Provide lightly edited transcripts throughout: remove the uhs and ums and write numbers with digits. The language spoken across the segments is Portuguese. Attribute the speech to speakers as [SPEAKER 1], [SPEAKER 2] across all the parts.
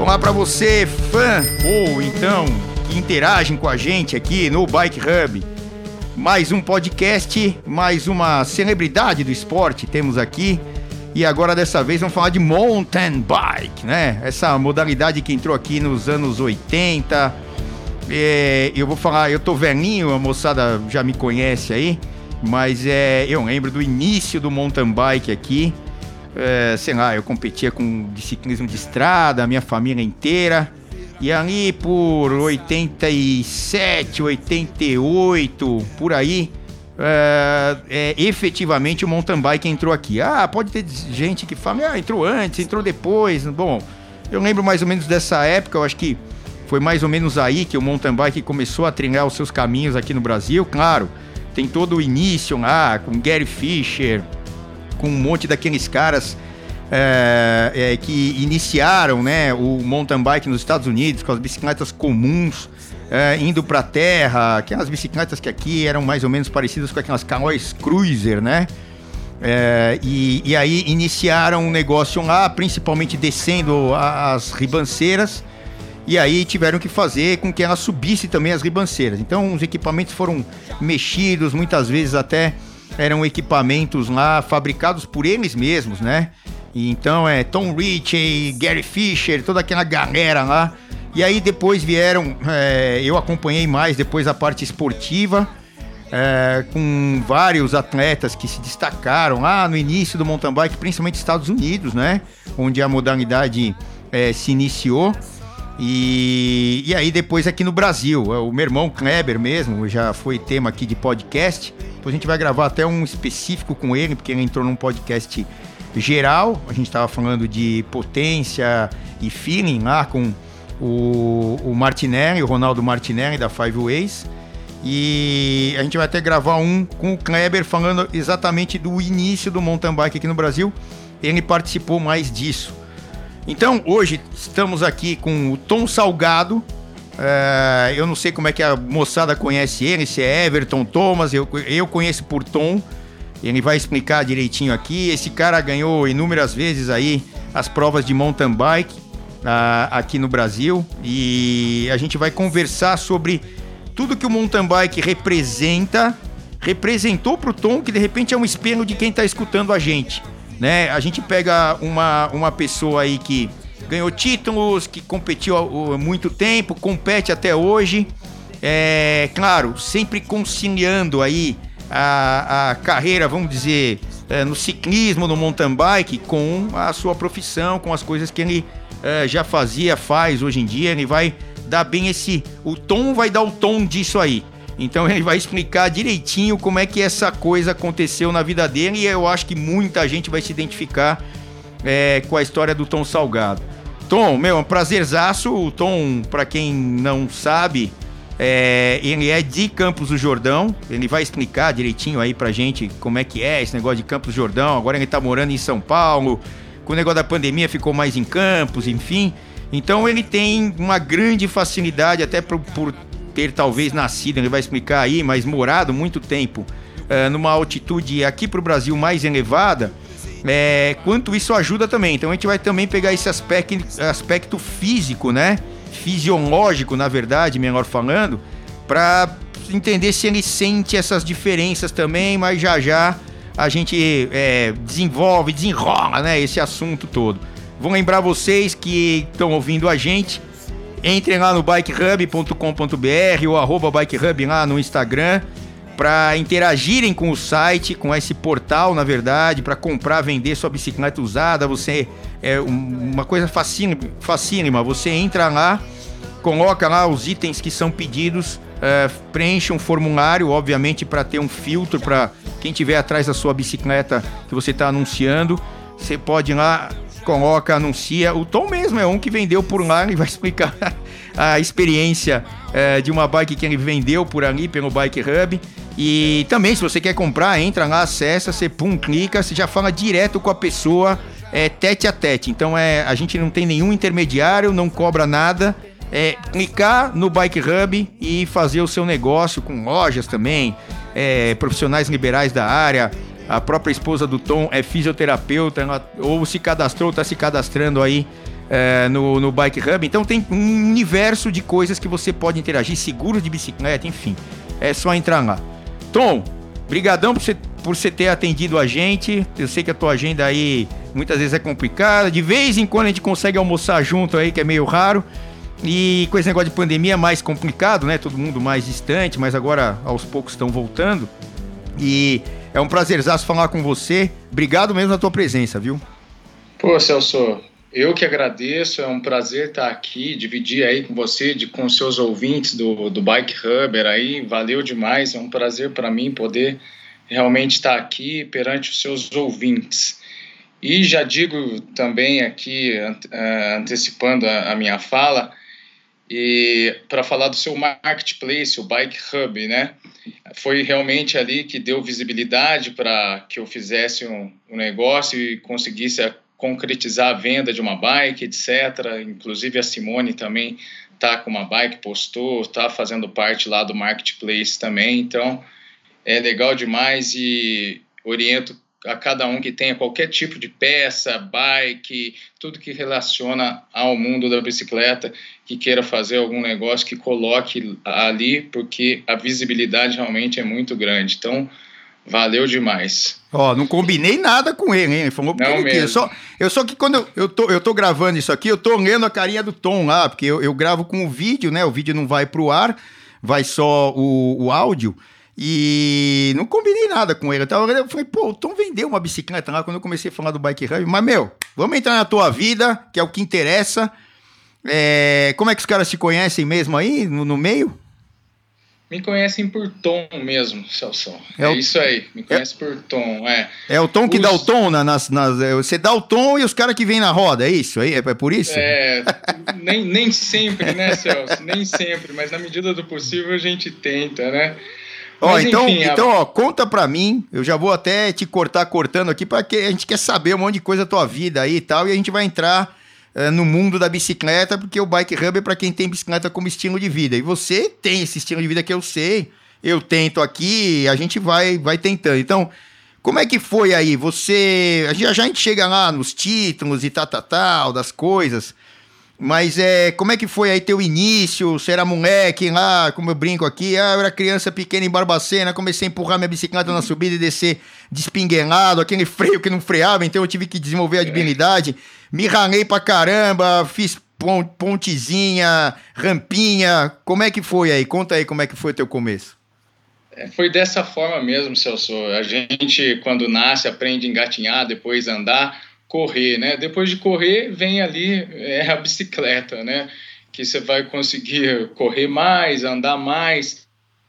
[SPEAKER 1] Olá para você, fã, ou então que interagem com a gente aqui no Bike Hub. Mais um podcast, mais uma celebridade do esporte temos aqui. E agora dessa vez vamos falar de mountain bike, né? Essa modalidade que entrou aqui nos anos 80. Eu vou falar, eu tô velhinho, a moçada já me conhece aí, mas eu lembro do início do mountain bike aqui. Sei lá, eu competia com ciclismo de estrada, a minha família inteira. E ali por 87, 88, por aí, efetivamente o mountain bike entrou aqui. Pode ter gente que fala, entrou antes, entrou depois. Bom, eu lembro mais ou menos dessa época, eu acho que foi mais ou menos aí que o mountain bike começou a trilhar os seus caminhos aqui no Brasil. Claro, tem todo o início lá, com Gary Fisher, com um monte daqueles caras que iniciaram, né, o mountain bike nos Estados Unidos, com as bicicletas comuns, indo para a terra, aquelas bicicletas que aqui eram mais ou menos parecidas com aquelas Calloys Cruiser, né? E aí iniciaram um negócio lá, principalmente descendo as ribanceiras, e aí tiveram que fazer com que ela subisse também as ribanceiras. Então os equipamentos foram mexidos, muitas vezes até eram equipamentos lá fabricados por eles mesmos, né? E então Tom Ritchie, Gary Fisher, toda aquela galera lá. E aí depois vieram, eu acompanhei mais depois a parte esportiva, com vários atletas que se destacaram lá no início do mountain bike, principalmente nos Estados Unidos, né? Onde a modalidade se iniciou. E aí depois aqui no Brasil, o meu irmão Kleber mesmo, já foi tema aqui de podcast. Depois a gente vai gravar até um específico com ele, porque ele entrou num podcast geral. A gente estava falando de potência e feeling lá com o Martinelli, o Ronaldo Martinelli da Five Ways. E a gente vai até gravar um com o Kleber falando exatamente do início do mountain bike aqui no Brasil. Ele participou mais disso. Então hoje estamos aqui com o Tom Salgado. Eu não sei como é que a moçada conhece ele, se é Everton, Thomas, eu conheço por Tom. Ele vai explicar direitinho aqui. Esse cara ganhou inúmeras vezes aí as provas de mountain bike aqui no Brasil. E a gente vai conversar sobre tudo que o mountain bike representou pro Tom, que de repente é um espelho de quem está escutando a gente, né? A gente pega uma pessoa aí que ganhou títulos, que competiu há muito tempo, compete até hoje. Claro, sempre conciliando aí a carreira, vamos dizer, no ciclismo, no mountain bike, com a sua profissão, com as coisas que ele já faz hoje em dia. Ele vai dar bem o Tom vai dar o tom disso aí. Então ele vai explicar direitinho como é que essa coisa aconteceu na vida dele, e eu acho que muita gente vai se identificar com a história do Tom Salgado. Tom, é um prazerzaço. O Tom, para quem não sabe, ele é de Campos do Jordão. Ele vai explicar direitinho aí pra gente como é que é esse negócio de Campos do Jordão. Agora ele tá morando em São Paulo, com o negócio da pandemia ficou mais em Campos, enfim. Então ele tem uma grande facilidade, até por ter talvez nascido, ele vai explicar aí, mas morado muito tempo numa altitude aqui pro Brasil mais elevada. Quanto isso ajuda também. Então a gente vai também pegar esse aspecto físico, né? Fisiológico, na verdade, melhor falando, para entender se ele sente essas diferenças também, mas já a gente desenrola, né, esse assunto todo. Vou lembrar vocês que estão ouvindo a gente, entrem lá no bikehub.com.br ou @bikehub lá no Instagram, para interagirem com o site, com esse portal, na verdade, para comprar, vender sua bicicleta usada. Você uma coisa facílima. Você entra lá, coloca lá os itens que são pedidos, preenche um formulário, obviamente, para ter um filtro para quem estiver atrás da sua bicicleta que você está anunciando. Você pode ir lá, coloca, anuncia. O Tom mesmo é um que vendeu por lá, ele vai explicar a experiência de uma bike que ele vendeu por ali, pelo Bike Hub. E também, se você quer comprar, entra lá, acessa, você clica, você já fala direto com a pessoa, tete a tete. Então a gente não tem nenhum intermediário, não cobra nada. Clicar no Bike Hub e fazer o seu negócio, com lojas também, profissionais liberais da área. A própria esposa do Tom é fisioterapeuta, ela ou se cadastrou, está se cadastrando aí no Bike Hub. Então tem um universo de coisas que você pode interagir, seguros de bicicleta, enfim. É só entrar lá. Tom, brigadão por você ter atendido a gente. Eu sei que a tua agenda aí muitas vezes é complicada. De vez em quando a gente consegue almoçar junto aí, que é meio raro. E com esse negócio de pandemia é mais complicado, né? Todo mundo mais distante, mas agora aos poucos estão voltando. E é um prazerzaço falar com você. Obrigado mesmo pela tua presença, viu?
[SPEAKER 2] Pô, Celso, eu que agradeço. É um prazer estar aqui, dividir aí com você, com seus ouvintes do Bike Hubber aí. Valeu demais, é um prazer para mim poder realmente estar aqui perante os seus ouvintes. E já digo também aqui, antecipando a minha fala, e para falar do seu marketplace, o Bike Hub, né? Foi realmente ali que deu visibilidade para que eu fizesse um negócio e conseguisse concretizar a venda de uma bike, etc. Inclusive a Simone também está com uma bike, postou, está fazendo parte lá do marketplace também. Então, é legal demais e oriento a cada um que tenha qualquer tipo de peça, bike, tudo que relaciona ao mundo da bicicleta, que queira fazer algum negócio, que coloque ali, porque a visibilidade realmente é muito grande. Então, valeu demais.
[SPEAKER 1] Ó, não combinei nada com ele, hein? Ele falou porque ele quis. Eu só que quando eu tô gravando isso aqui, eu tô lendo a carinha do Tom lá, porque eu gravo com o vídeo, né? O vídeo não vai pro ar, vai só o áudio. E não combinei nada com ele. Eu falei, pô, o Tom vendeu uma bicicleta lá quando eu comecei a falar do Bike Hub. Mas, vamos entrar na tua vida, que é o que interessa. Como é que os caras se conhecem mesmo aí, no meio?
[SPEAKER 2] Me conhecem por Tom mesmo, Celso. Isso aí, me conhece por Tom.
[SPEAKER 1] É o Tom que dá o tom você dá o tom e os caras que vêm na roda, é isso? É por isso?
[SPEAKER 2] Nem sempre, né, Celso? Nem sempre, mas na medida do possível a gente tenta, né? Mas,
[SPEAKER 1] então, conta pra mim, eu já vou até te cortando aqui, porque a gente quer saber um monte de coisa da tua vida aí e tal, e a gente vai entrar no mundo da bicicleta, porque o Bike Hub é pra quem tem bicicleta como estilo de vida, e você tem esse estilo de vida que eu sei, eu tento aqui, a gente vai tentando. Então, como é que foi aí? A gente chega lá nos títulos e tal, das coisas, mas como é que foi aí teu início? Você era moleque lá, como eu brinco aqui, eu era criança pequena em Barbacena, comecei a empurrar minha bicicleta na subida e descer despinguelado, aquele freio que não freava, então eu tive que desenvolver a habilidade, me ralei pra caramba, fiz pontezinha, rampinha, como é que foi aí? Conta aí como é que foi o teu começo.
[SPEAKER 2] Foi dessa forma mesmo, Celso, a gente quando nasce aprende a engatinhar, depois andar, correr, né? Depois de correr, vem ali a bicicleta, né? Que você vai conseguir correr mais, andar mais.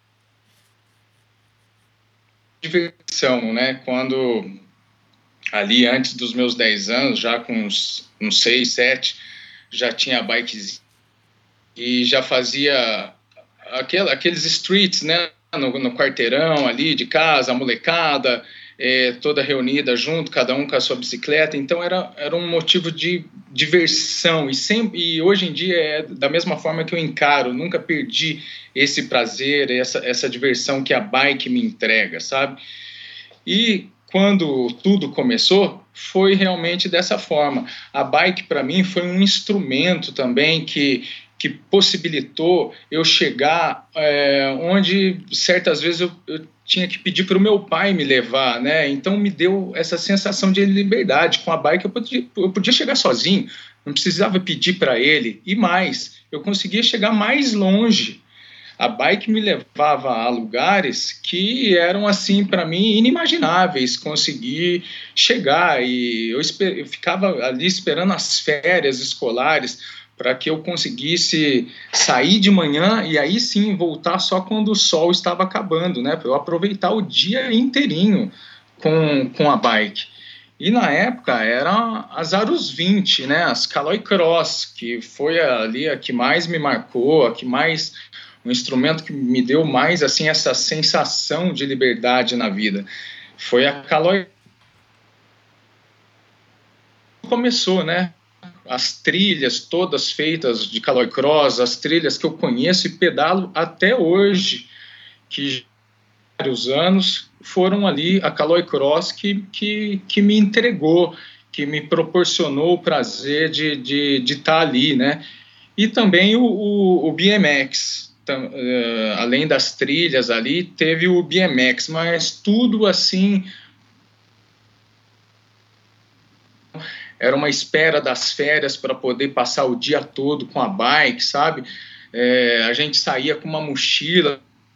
[SPEAKER 2] Diversão, né? Quando ali antes dos meus 10 anos, já com uns 6, 7, já tinha bikezinha e já fazia aqueles streets, né? No quarteirão ali de casa, a molecada toda reunida junto, cada um com a sua bicicleta, então era um motivo de diversão, e hoje em dia é da mesma forma que eu encaro, nunca perdi esse prazer, essa diversão que a bike me entrega, sabe? E quando tudo começou, foi realmente dessa forma. A bike para mim foi um instrumento também que possibilitou eu chegar onde certas vezes eu tinha que pedir para o meu pai me levar, né? Então me deu essa sensação de liberdade. Com a bike eu podia chegar sozinho, não precisava pedir para ele. E mais, eu conseguia chegar mais longe. A bike me levava a lugares que eram, assim, para mim, inimagináveis. Conseguir chegar e eu ficava ali esperando as férias escolares para que eu conseguisse sair de manhã e aí sim voltar só quando o sol estava acabando, né? Para eu aproveitar o dia inteirinho com a bike. E na época era as Aros 20, né? As Caloi Cross, que foi ali a que mais me marcou, um instrumento que me deu mais assim essa sensação de liberdade na vida. Foi a Caloi. Começou, né? As trilhas todas feitas de Caloi Cross, as trilhas que eu conheço e pedalo até hoje, que vários anos foram ali a Caloi Cross que me entregou, que me proporcionou o prazer de estar ali, né? E também o BMX, além das trilhas ali, teve o BMX, mas tudo assim era uma espera das férias para poder passar o dia todo com a bike, sabe? A gente saía com uma mochila,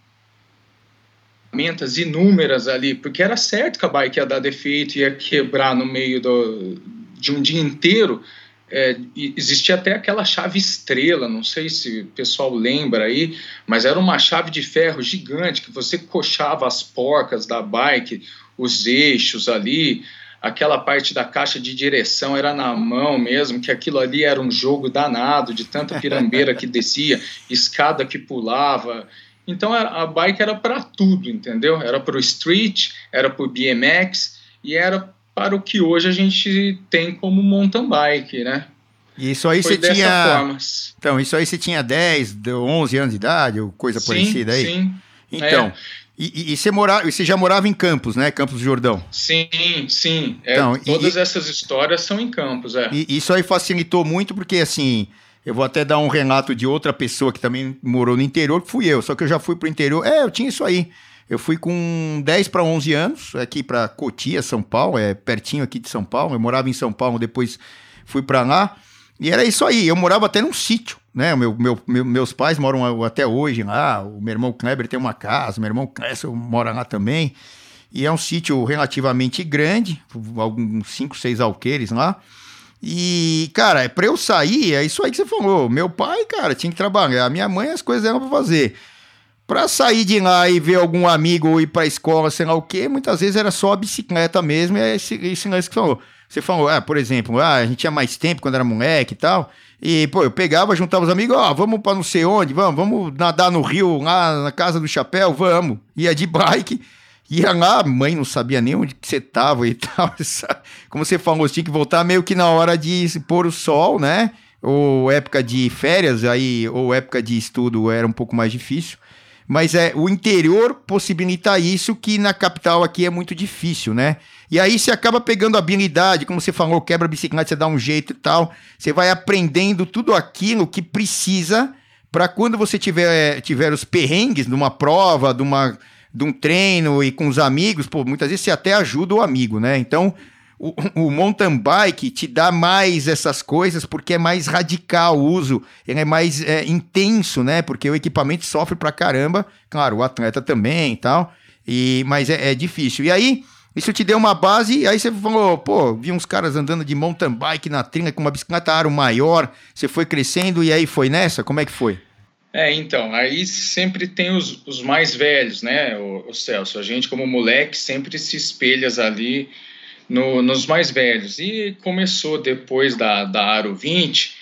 [SPEAKER 2] ferramentas inúmeras ali, porque era certo que a bike ia dar defeito, ia quebrar no meio de um dia inteiro. Existia até aquela chave estrela, não sei se o pessoal lembra aí, mas era uma chave de ferro gigante que você coxava as porcas da bike, os eixos ali, aquela parte da caixa de direção era na mão mesmo, que aquilo ali era um jogo danado, de tanta pirambeira que descia, escada que pulava. Então a bike era para tudo, entendeu? Era para o street, era para o BMX e era para o que hoje a gente tem como mountain bike, né?
[SPEAKER 1] E isso aí
[SPEAKER 2] foi
[SPEAKER 1] você tinha...
[SPEAKER 2] forma.
[SPEAKER 1] Então, isso aí você tinha 10, 11 anos de idade, ou coisa parecida aí?
[SPEAKER 2] Sim.
[SPEAKER 1] Então, e você já morava em Campos, né? Campos do Jordão.
[SPEAKER 2] Sim. Então, todas essas histórias são em Campos,
[SPEAKER 1] E isso aí facilitou muito, porque assim... Eu vou até dar um relato de outra pessoa que também morou no interior, que fui eu. Só que eu já fui pro interior. Eu tinha isso aí. Eu fui com 10 para 11 anos, aqui para Cotia, São Paulo, pertinho aqui de São Paulo. Eu morava em São Paulo, depois fui para lá. E era isso aí. Eu morava até num sítio, né? Meus pais moram até hoje lá. O meu irmão Kleber tem uma casa, meu irmão Clécio mora lá também. E é um sítio relativamente grande, alguns 5, 6 alqueires lá. E, cara, pra eu sair, é isso aí que você falou. Meu pai, cara, tinha que trabalhar. Minha mãe, as coisas eram pra fazer. Pra sair de lá e ver algum amigo ou ir pra escola, sei lá o quê, muitas vezes era só a bicicleta mesmo. É esse lance que você falou. Você falou, por exemplo, a gente tinha mais tempo quando era moleque e tal. E, pô, eu pegava, juntava os amigos, vamos pra não sei onde, vamos nadar no rio, lá na Casa do Chapéu, vamos. Ia de bike. Ia lá, a mãe não sabia nem onde que você tava e tal. Como você falou, você tinha que voltar meio que na hora de pôr o sol, né? Ou época de férias, aí, ou época de estudo era um pouco mais difícil. Mas o interior possibilita isso, que na capital aqui é muito difícil, né? E aí você acaba pegando habilidade, como você falou, quebra a bicicleta, você dá um jeito e tal. Você vai aprendendo tudo aquilo que precisa para quando você tiver os perrengues de uma prova, de um treino e com os amigos, pô, muitas vezes você até ajuda o amigo, né? Então, o mountain bike te dá mais essas coisas porque é mais radical o uso, ele é mais intenso, né? Porque o equipamento sofre pra caramba, claro, o atleta também e tal, mas é difícil. E aí, isso te deu uma base, e aí você falou, pô, vi uns caras andando de mountain bike na trilha com uma bicicleta aro maior, você foi crescendo e aí foi nessa? Como é que foi?
[SPEAKER 2] Então, aí sempre tem os mais velhos, né, o Celso? A gente, como moleque, sempre se espelha ali nos mais velhos. E começou, depois da Aro 20,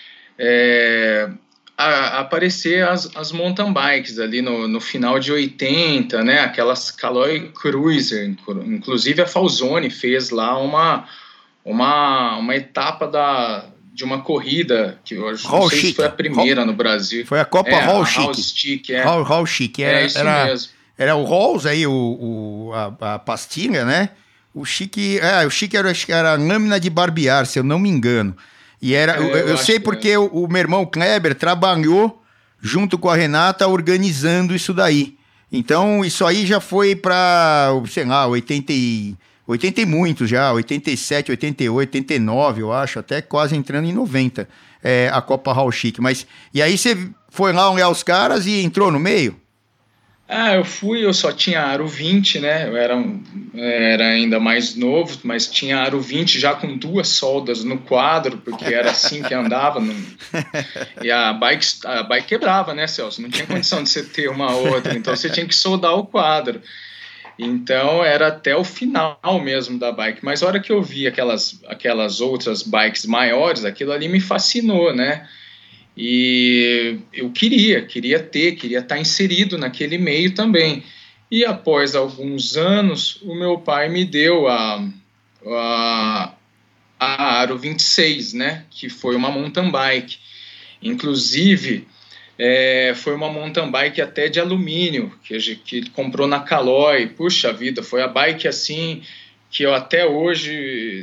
[SPEAKER 2] a aparecer as mountain bikes ali no final de 80, né, aquelas Caloi Cruiser. Inclusive, a Falzone fez lá uma etapa de uma corrida, que eu não sei se foi a primeira no Brasil.
[SPEAKER 1] Foi a Copa Hall
[SPEAKER 2] Chic.
[SPEAKER 1] Hall Chic.
[SPEAKER 2] Isso mesmo.
[SPEAKER 1] Era o Rolls aí, a pastilha, né? O Chic era a lâmina de barbear, se eu não me engano. E eu sei porque o meu irmão Kleber trabalhou junto com a Renata organizando isso daí. Então, isso aí já foi para, sei lá, 80 e muitos já, 87, 88, 89, eu acho, até quase entrando em 90, a Copa Hall Chic. Mas, e aí você foi lá olhar os caras e entrou no meio?
[SPEAKER 2] Eu só tinha aro 20, né, eu era ainda mais novo, mas tinha aro 20 já com 2 soldas no quadro, porque era assim que andava, e a bike quebrava, né, Celso? Não tinha condição de você ter uma outra, então você tinha que soldar o quadro. Então era até o final mesmo da bike, mas a hora que eu vi aquelas outras bikes maiores, aquilo ali me fascinou, né? E eu queria estar inserido naquele meio também. E após alguns anos, o meu pai me deu a Aro 26, né? Que foi uma mountain bike. Inclusive, foi uma mountain bike até de alumínio, que ele comprou na Caloi. Puxa vida, foi a bike assim que eu até hoje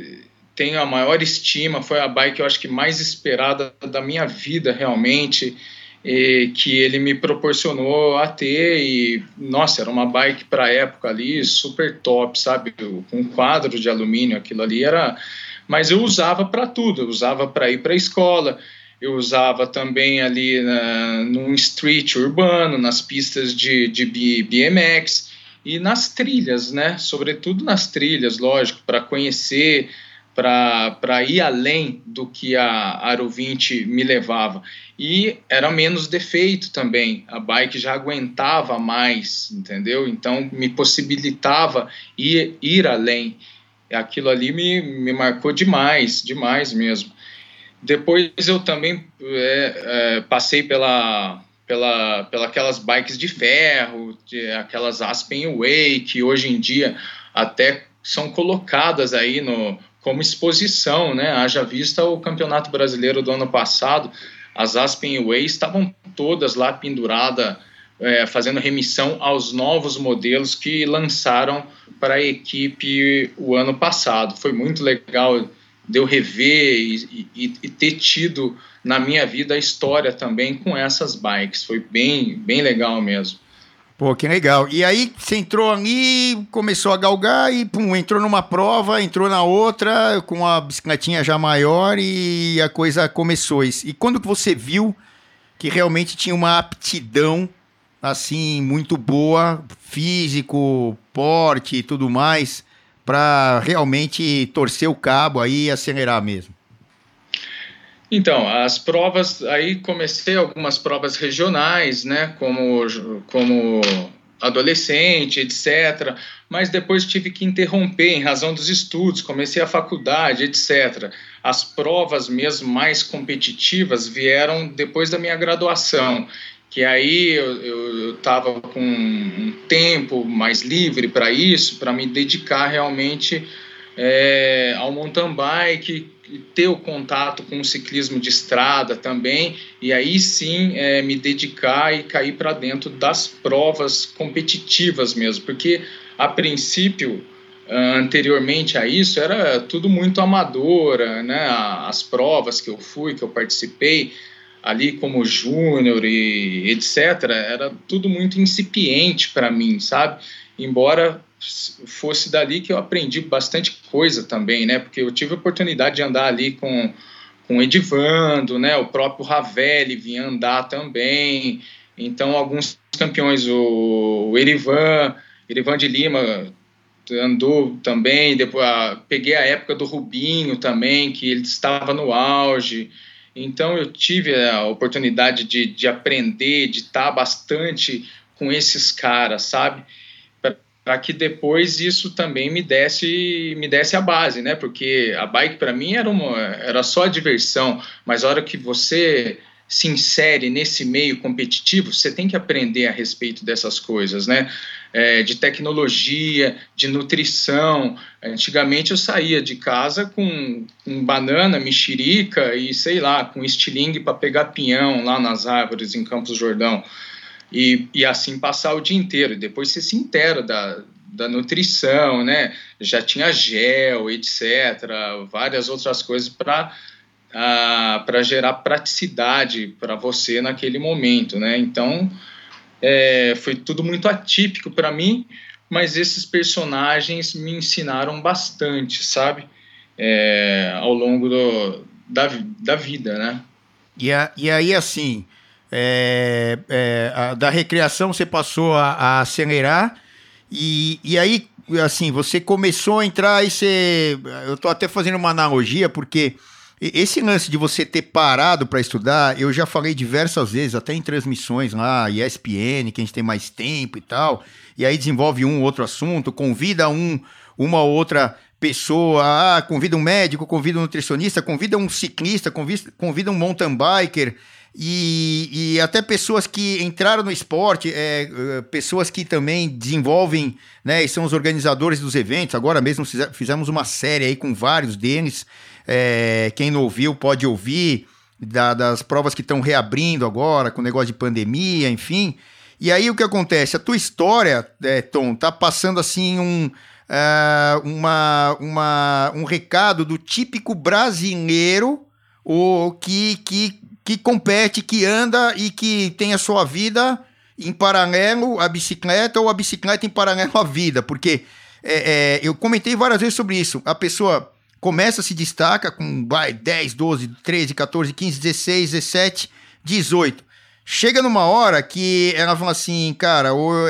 [SPEAKER 2] tenho a maior estima, foi a bike eu acho que mais esperada da minha vida realmente, que ele me proporcionou a ter, e nossa, era uma bike para a época ali super top, sabe, com quadro de alumínio, aquilo ali era, mas eu usava para tudo, eu usava para ir para a escola, eu usava também ali num street urbano, nas pistas de BMX e nas trilhas, né, sobretudo nas trilhas, lógico, para conhecer, para ir além do que a Aro 20 me levava. E era menos defeito também, a bike já aguentava mais, entendeu? Então me possibilitava ir além. Aquilo ali me marcou demais, demais mesmo. Depois eu também passei pela aquelas bikes de ferro, aquelas Aspen Way, que hoje em dia até são colocadas aí como exposição, né? Haja vista o Campeonato Brasileiro do ano passado, as Aspen Way estavam todas lá penduradas, fazendo remissão aos novos modelos que lançaram para a equipe o ano passado. Foi muito legal de eu rever e ter tido na minha vida a história também com essas bikes. Foi bem, bem legal mesmo.
[SPEAKER 1] Pô, que legal. E aí você entrou ali, começou a galgar e pum, entrou numa prova, entrou na outra com a bicicletinha já maior e a coisa começou. E quando que você viu que realmente tinha uma aptidão assim muito boa, físico, porte e tudo mais, para realmente torcer o cabo aí e acelerar mesmo?
[SPEAKER 2] Então, as provas, aí comecei algumas provas regionais, né, como adolescente, etc., mas depois tive que interromper em razão dos estudos, comecei a faculdade, etc. As provas mesmo mais competitivas vieram depois da minha graduação, que aí eu estava com um tempo mais livre para isso, para me dedicar realmente ao mountain bike, ter o contato com o ciclismo de estrada também, e aí sim me dedicar e cair para dentro das provas competitivas mesmo, porque a princípio, anteriormente a isso, era tudo muito amadora, né? As provas que eu participei ali como júnior e etc., era tudo muito incipiente para mim, sabe? Embora fosse dali que eu aprendi bastante coisa também, né? Porque eu tive a oportunidade de andar ali com o Edivando, né? O próprio Ravelli vinha andar também. Então, alguns campeões, o Erivan de Lima andou também. Depois peguei a época do Rubinho também, que ele estava no auge. Então, eu tive a oportunidade de aprender, de estar bastante com esses caras, sabe? Para que depois isso também me desse a base, né? Porque a bike para mim era só diversão, mas a hora que você se insere nesse meio competitivo, você tem que aprender a respeito dessas coisas, né? De tecnologia, de nutrição. Antigamente eu saía de casa com banana, mexerica e sei lá, com estilingue para pegar pinhão lá nas árvores em Campos do Jordão. E assim passar o dia inteiro. Depois você se inteira da nutrição, né? Já tinha gel, etc., várias outras coisas para gerar praticidade para você naquele momento, né? Então, foi tudo muito atípico para mim, mas esses personagens me ensinaram bastante, sabe? Ao longo da vida, né?
[SPEAKER 1] E aí, assim... da recreação você passou a acelerar e aí, assim, você começou a entrar eu tô até fazendo uma analogia porque esse lance de você ter parado para estudar, eu já falei diversas vezes, até em transmissões lá, ESPN, que a gente tem mais tempo e tal, e aí desenvolve um outro assunto, convida uma ou outra pessoa, convida um médico, convida um nutricionista, convida um ciclista, convida um mountain biker, e até pessoas que entraram no esporte, pessoas que também desenvolvem, né, e são os organizadores dos eventos. Agora mesmo fizemos uma série aí com vários deles, quem não ouviu pode ouvir, das provas que estão reabrindo agora, com o negócio de pandemia, enfim. E aí o que acontece? A tua história, Tom, tá passando assim um recado do típico brasileiro que compete, que anda e que tem a sua vida em paralelo à bicicleta ou a bicicleta em paralelo à vida, porque eu comentei várias vezes sobre isso. A pessoa começa, se destaca com 10, 12, 13, 14, 15, 16, 17, 18. Chega numa hora que ela fala assim, cara,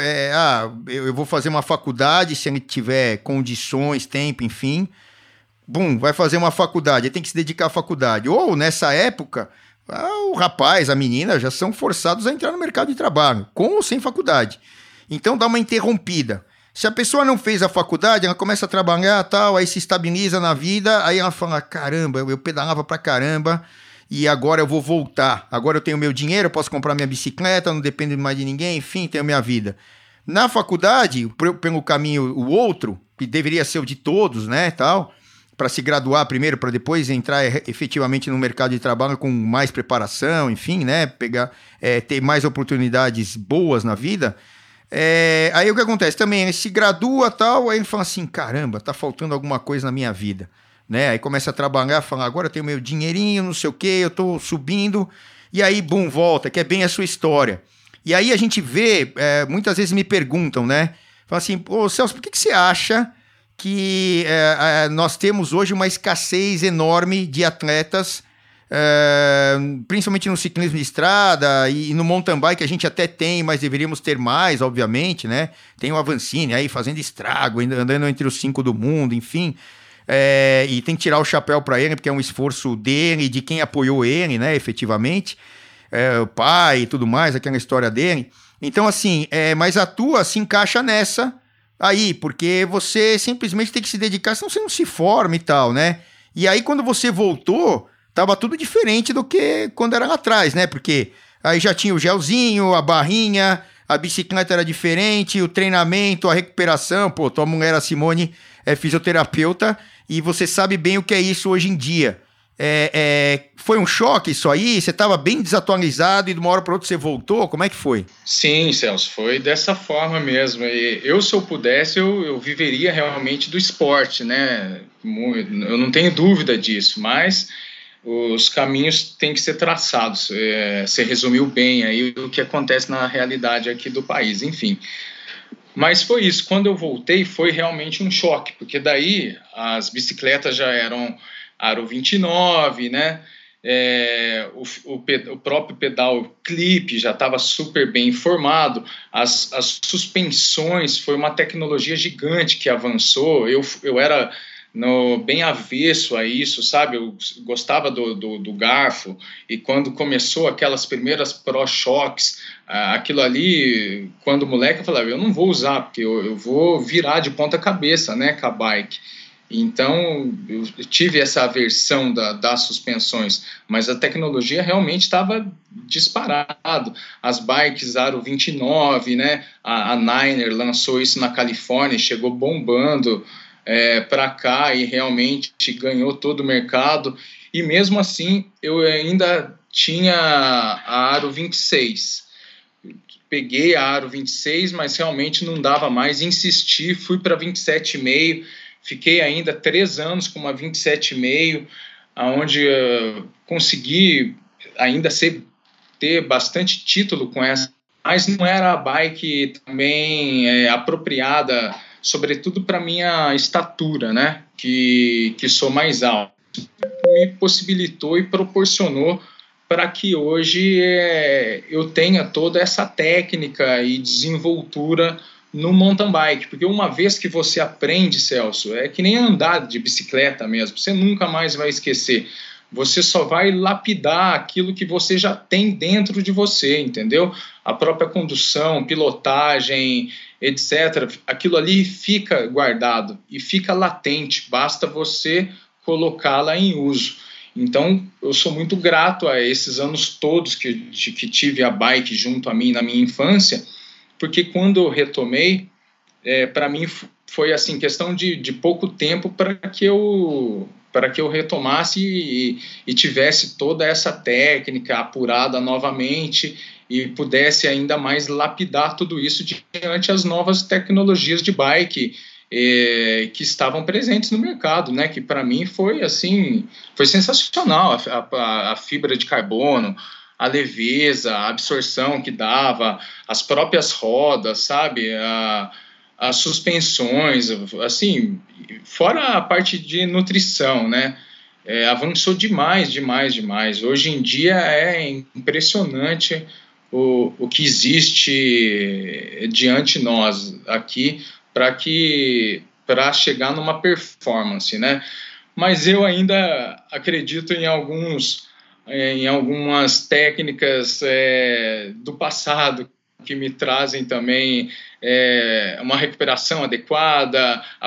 [SPEAKER 1] eu vou fazer uma faculdade, se ele tiver condições, tempo, enfim, vai fazer uma faculdade, tem que se dedicar à faculdade. Ou, nessa época, o rapaz, a menina, já são forçados a entrar no mercado de trabalho, com ou sem faculdade. Então, dá uma interrompida. Se a pessoa não fez a faculdade, ela começa a trabalhar, tal, aí se estabiliza na vida, aí ela fala, caramba, eu pedalava pra caramba, e agora eu vou voltar. Agora eu tenho meu dinheiro, eu posso comprar minha bicicleta, não dependo mais de ninguém, enfim, tenho minha vida. Na faculdade, pelo caminho, o outro, que deveria ser o de todos, né, tal, para se graduar primeiro, para depois entrar efetivamente no mercado de trabalho com mais preparação, enfim, né, ter mais oportunidades boas na vida. Aí o que acontece também, ele se gradua tal, aí ele fala assim, caramba, tá faltando alguma coisa na minha vida, né? Aí começa a trabalhar, fala, agora eu tenho meu dinheirinho, não sei o que, eu tô subindo, e aí, volta, que é bem a sua história. E aí a gente vê, muitas vezes me perguntam, né? Fala assim, pô, Celso, por que você acha que nós temos hoje uma escassez enorme de atletas, principalmente no ciclismo de estrada e no mountain bike a gente até tem, mas deveríamos ter mais, obviamente, né? Tem o Avancini aí fazendo estrago, andando entre os 5 do mundo, enfim. E tem que tirar o chapéu para ele, porque é um esforço dele, de quem apoiou ele, né, efetivamente. O pai e tudo mais, aquela história dele. Então, assim, mas a tua se encaixa nessa aí, porque você simplesmente tem que se dedicar, senão você não se forma e tal, né? E aí, quando você voltou, tava tudo diferente do que quando era lá atrás, né? Porque aí já tinha o gelzinho, a barrinha, a bicicleta era diferente, o treinamento, a recuperação. Pô, tua mulher, a Simone, é fisioterapeuta e você sabe bem o que é isso hoje em dia. Foi um choque isso aí? Você estava bem desatualizado e de uma hora para outra você voltou? Como é que foi?
[SPEAKER 2] Sim, Celso, foi dessa forma mesmo. Eu, se eu pudesse, eu viveria realmente do esporte, né? Eu não tenho dúvida disso, mas os caminhos têm que ser traçados. Você resumiu bem aí o que acontece na realidade aqui do país, enfim. Mas foi isso, quando eu voltei foi realmente um choque, porque daí as bicicletas já eram aro 29, né? O próprio pedal clipe já estava super bem informado, as suspensões, foi uma tecnologia gigante que avançou. Eu era bem avesso a isso, sabe? Eu gostava do garfo, e quando começou aquelas primeiras Pro Shocks, aquilo ali, quando moleque, eu falava, eu não vou usar, porque eu vou virar de ponta cabeça, né, com a bike. Então, eu tive essa aversão das suspensões, mas a tecnologia realmente estava disparado. As bikes Aro 29, né? A Niner lançou isso na Califórnia, chegou bombando para cá e realmente ganhou todo o mercado. E mesmo assim, eu ainda tinha a Aro 26. Peguei a Aro 26, mas realmente não dava mais, insisti, fui para 27,5. Fiquei ainda 3 anos com uma 27,5, onde consegui ainda ter bastante título com essa, mas não era a bike também apropriada, sobretudo para minha estatura, né? Que sou mais alto. Me possibilitou e proporcionou para que hoje eu tenha toda essa técnica e desenvoltura no mountain bike, porque uma vez que você aprende, Celso, é que nem andar de bicicleta mesmo, você nunca mais vai esquecer, você só vai lapidar aquilo que você já tem dentro de você, entendeu? A própria condução, pilotagem, etc., aquilo ali fica guardado e fica latente, basta você colocá-la em uso. Então, eu sou muito grato a esses anos todos que tive a bike junto a mim na minha infância, porque quando eu retomei, para mim foi assim, questão de pouco tempo para que eu retomasse e tivesse toda essa técnica apurada novamente e pudesse ainda mais lapidar tudo isso diante as novas tecnologias de bike que estavam presentes no mercado, né? Que para mim foi assim, foi sensacional a fibra de carbono, a leveza, a absorção que dava, as próprias rodas, sabe? As suspensões, assim, fora a parte de nutrição, né? Avançou demais. Hoje em dia é impressionante o que existe diante de nós aqui para chegar numa performance, né? Mas eu ainda acredito em algumas técnicas do passado que me trazem também uma recuperação adequada, a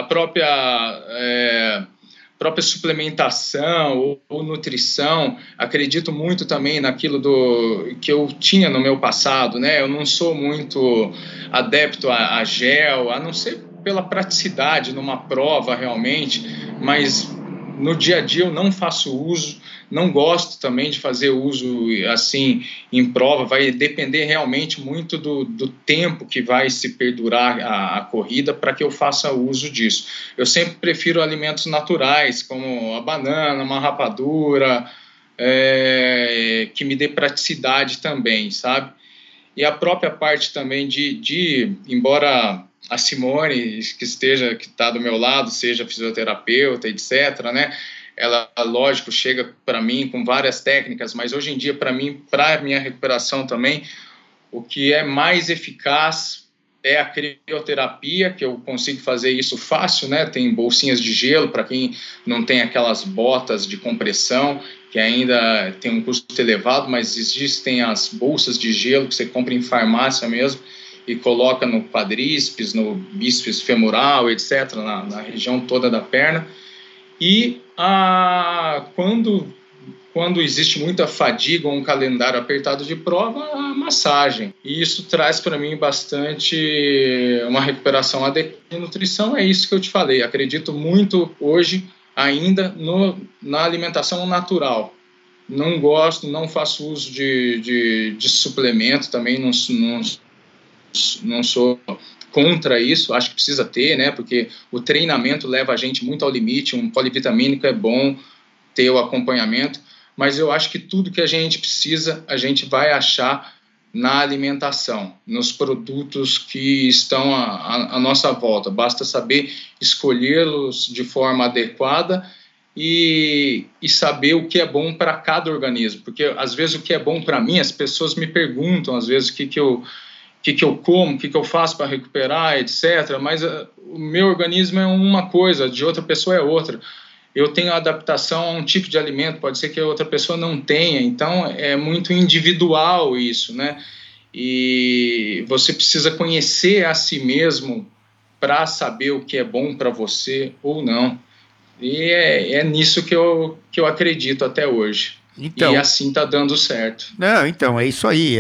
[SPEAKER 2] própria suplementação ou nutrição. Acredito muito também naquilo que eu tinha no meu passado, né? Eu não sou muito adepto a gel, a não ser pela praticidade numa prova realmente, mas no dia a dia eu não faço uso, não gosto também de fazer uso assim em prova, vai depender realmente muito do tempo que vai se perdurar a corrida para que eu faça uso disso. Eu sempre prefiro alimentos naturais, como a banana, uma rapadura, que me dê praticidade também, sabe? E a própria parte também embora a Simone, que está do meu lado, seja fisioterapeuta, etc., né? Ela, lógico, chega para mim com várias técnicas, mas hoje em dia, para a minha recuperação também, o que é mais eficaz é a crioterapia, que eu consigo fazer isso fácil, né? Tem bolsinhas de gelo para quem não tem aquelas botas de compressão, que ainda tem um custo elevado, mas existem as bolsas de gelo que você compra em farmácia mesmo e coloca no quadríceps, no bíceps femoral, etc., na região toda da perna. E quando existe muita fadiga ou um calendário apertado de prova, a massagem. E isso traz para mim bastante uma recuperação adequada. E nutrição é isso que eu te falei. Acredito muito hoje ainda na alimentação natural. Não gosto, não faço uso de suplemento também, não sou contra isso, acho que precisa ter, né? Porque o treinamento leva a gente muito ao limite, um polivitamínico é bom ter o acompanhamento, mas eu acho que tudo que a gente precisa, a gente vai achar na alimentação, nos produtos que estão à nossa volta. Basta saber escolhê-los de forma adequada e saber o que é bom para cada organismo, porque às vezes o que é bom para mim, as pessoas me perguntam às vezes o que eu como, o que eu faço para recuperar, etc. Mas o meu organismo é uma coisa, de outra pessoa é outra. Eu tenho adaptação a um tipo de alimento, pode ser que a outra pessoa não tenha, então é muito individual isso, né? E você precisa conhecer a si mesmo para saber o que é bom para você ou não. E é nisso que eu acredito até hoje. Então, e assim está dando certo.
[SPEAKER 1] Não, então, é isso aí.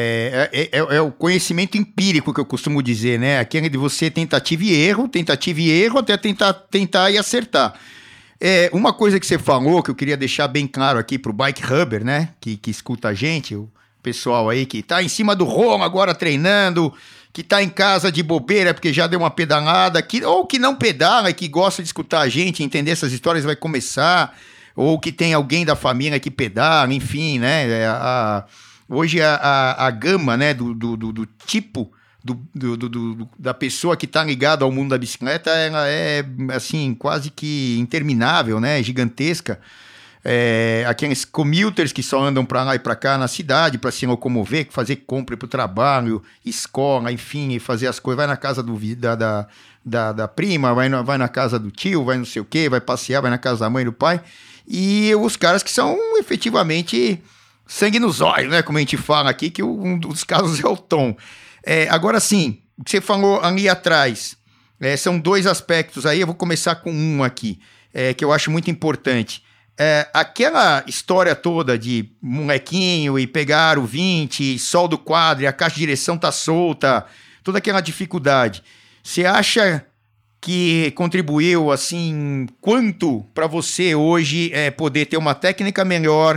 [SPEAKER 1] É o conhecimento empírico que eu costumo dizer, né? Aquele de você tentativa e erro até tentar e acertar. Uma coisa que você falou, que eu queria deixar bem claro aqui pro Bike Rubber, né? Que escuta a gente, o pessoal aí que tá em cima do Roma agora treinando, que tá em casa de bobeira porque já deu uma pedalada, ou que não pedala e que gosta de escutar a gente, entender essas histórias, vai começar, ou que tem alguém da família que pedala, enfim, né? Hoje a gama, né, do tipo da pessoa que está ligada ao mundo da bicicleta, ela é, assim, quase que interminável, né? Gigantesca. Aqueles commuters que só andam para lá e para cá na cidade para se locomover, fazer compra para o trabalho, escola, enfim, e fazer as coisas. Vai na casa da prima, vai na casa do tio, vai não sei o quê, vai passear, vai na casa da mãe e do pai. E os caras que são efetivamente sangue nos olhos, né? Como a gente fala aqui, que um dos casos é o Tom. Agora sim, o que você falou ali atrás, são dois aspectos aí, eu vou começar com um aqui, que eu acho muito importante. Aquela história toda de molequinho e pegar o 20, sol do quadro e a caixa de direção tá solta, toda aquela dificuldade, você acha que contribuiu, assim, quanto para você hoje poder ter uma técnica melhor,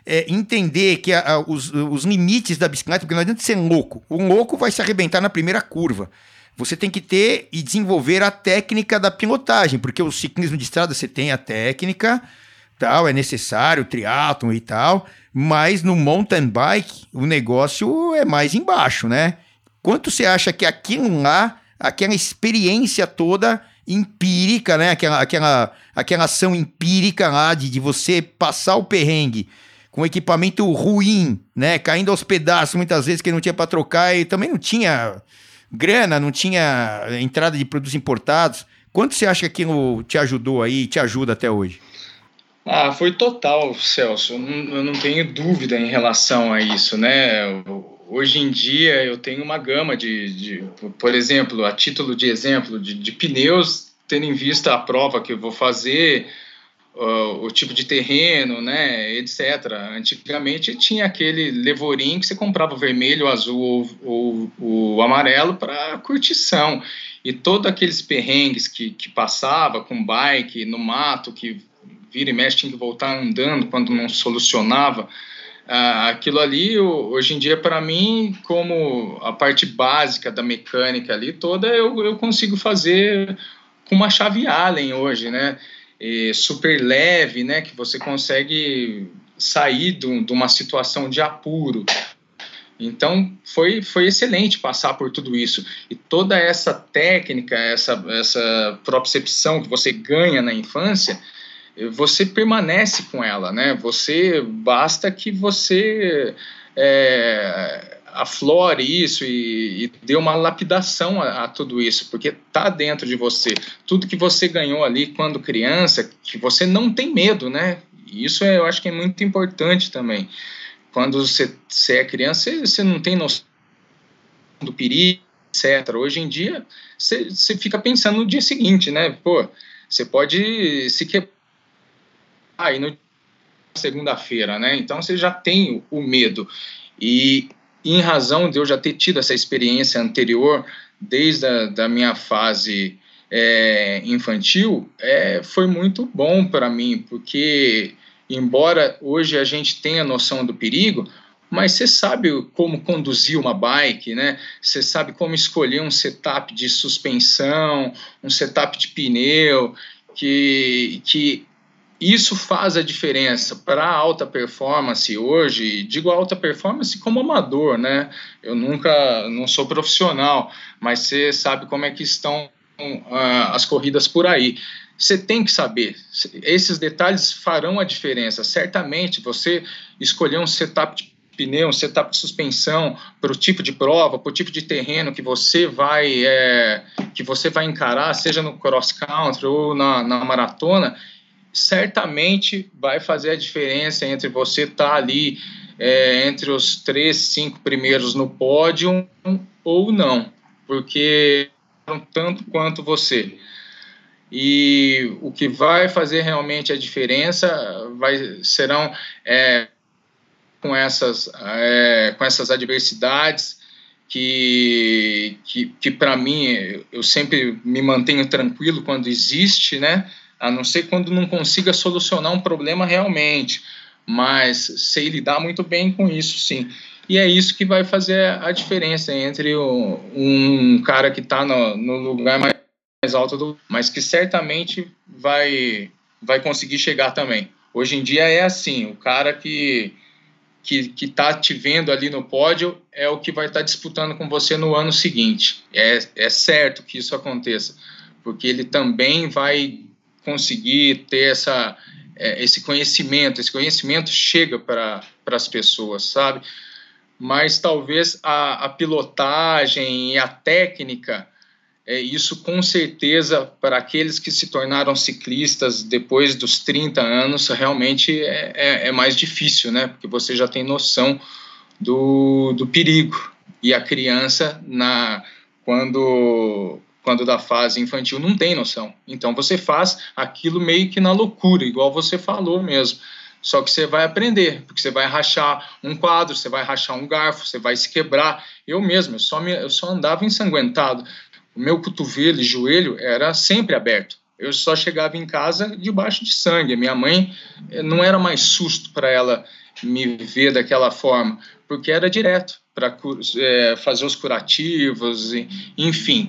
[SPEAKER 1] entender que os limites da bicicleta, porque não adianta ser louco. O louco vai se arrebentar na primeira curva. Você tem que ter e desenvolver a técnica da pilotagem, porque o ciclismo de estrada você tem a técnica, tal, é necessário, o triatlon e tal, mas no mountain bike o negócio é mais embaixo, né? Quanto você acha que aquilo lá, aquela experiência toda empírica, né? Aquela ação empírica lá de você passar o perrengue com equipamento ruim, né? Caindo aos pedaços muitas vezes que não tinha para trocar e também não tinha grana, não tinha entrada de produtos importados. Quanto você acha que aquilo te ajudou aí, te ajuda até hoje?
[SPEAKER 2] Foi total, Celso. Eu não tenho dúvida em relação a isso, né? Hoje em dia eu tenho uma gama por exemplo, a título de exemplo, de pneus, tendo em vista a prova que eu vou fazer, o tipo de terreno, né, etc. Antigamente tinha aquele levorim que você comprava o vermelho, o azul ou o amarelo para curtição. E todos aqueles perrengues que passava com bike no mato, que vira e mexe tinha que voltar andando quando não solucionava, aquilo ali, hoje em dia, para mim, como a parte básica da mecânica ali toda, eu consigo fazer com uma chave Allen hoje, né? Super leve, né? Que você consegue sair de uma situação de apuro. Então, foi excelente passar por tudo isso. E toda essa técnica, essa propriocepção que você ganha na infância, você permanece com ela, né? Basta que você aflore isso e dê uma lapidação a tudo isso, porque está dentro de você. Tudo que você ganhou ali quando criança, que você não tem medo, né? Isso eu acho que é muito importante também. Quando você é criança, você não tem noção do perigo, etc. Hoje em dia, você fica pensando no dia seguinte, né? Pô, você pode se quebrar aí no segunda-feira, né? Então você já tem o medo. E em razão de eu já ter tido essa experiência anterior, desde a minha fase infantil, foi muito bom para mim, porque embora hoje a gente tenha noção do perigo, mas você sabe como conduzir uma bike, né? Você sabe como escolher um setup de suspensão, um setup de pneu, que isso faz a diferença para a alta performance hoje. Digo alta performance como amador, né? Eu não sou profissional, mas você sabe como é que estão as corridas por aí. Você tem que saber, esses detalhes farão a diferença. Certamente você escolher um setup de pneu, um setup de suspensão para o tipo de prova, para o tipo de terreno que você vai encarar, seja no cross country ou na maratona, certamente vai fazer a diferença entre você estar ali entre os 3, 5 primeiros no pódio ou não, porque tanto quanto você. E o que vai fazer realmente a diferença serão com essas adversidades que para mim eu sempre me mantenho tranquilo quando existe, né? A não ser quando não consiga solucionar um problema realmente, mas sei lidar muito bem com isso, sim. E é isso que vai fazer a diferença entre um cara que está no lugar mais alto, mas que certamente vai conseguir chegar também. Hoje em dia é assim, o cara que está te vendo ali no pódio é o que vai estar disputando com você no ano seguinte. É certo que isso aconteça, porque ele também vai conseguir ter esse conhecimento. Esse conhecimento chega para as pessoas, sabe? Mas talvez a pilotagem e a técnica, isso com certeza para aqueles que se tornaram ciclistas depois dos 30 anos, realmente é mais difícil, né? Porque você já tem noção do perigo. E a criança, quando da fase infantil, não tem noção. Então você faz aquilo meio que na loucura, igual você falou mesmo. Só que você vai aprender, porque você vai rachar um quadro, você vai rachar um garfo, você vai se quebrar. Eu mesmo, eu só andava ensanguentado. O meu cotovelo e joelho era sempre aberto. Eu só chegava em casa debaixo de sangue. A minha mãe, não era mais susto para ela me ver daquela forma, porque era direto para fazer os curativos, enfim.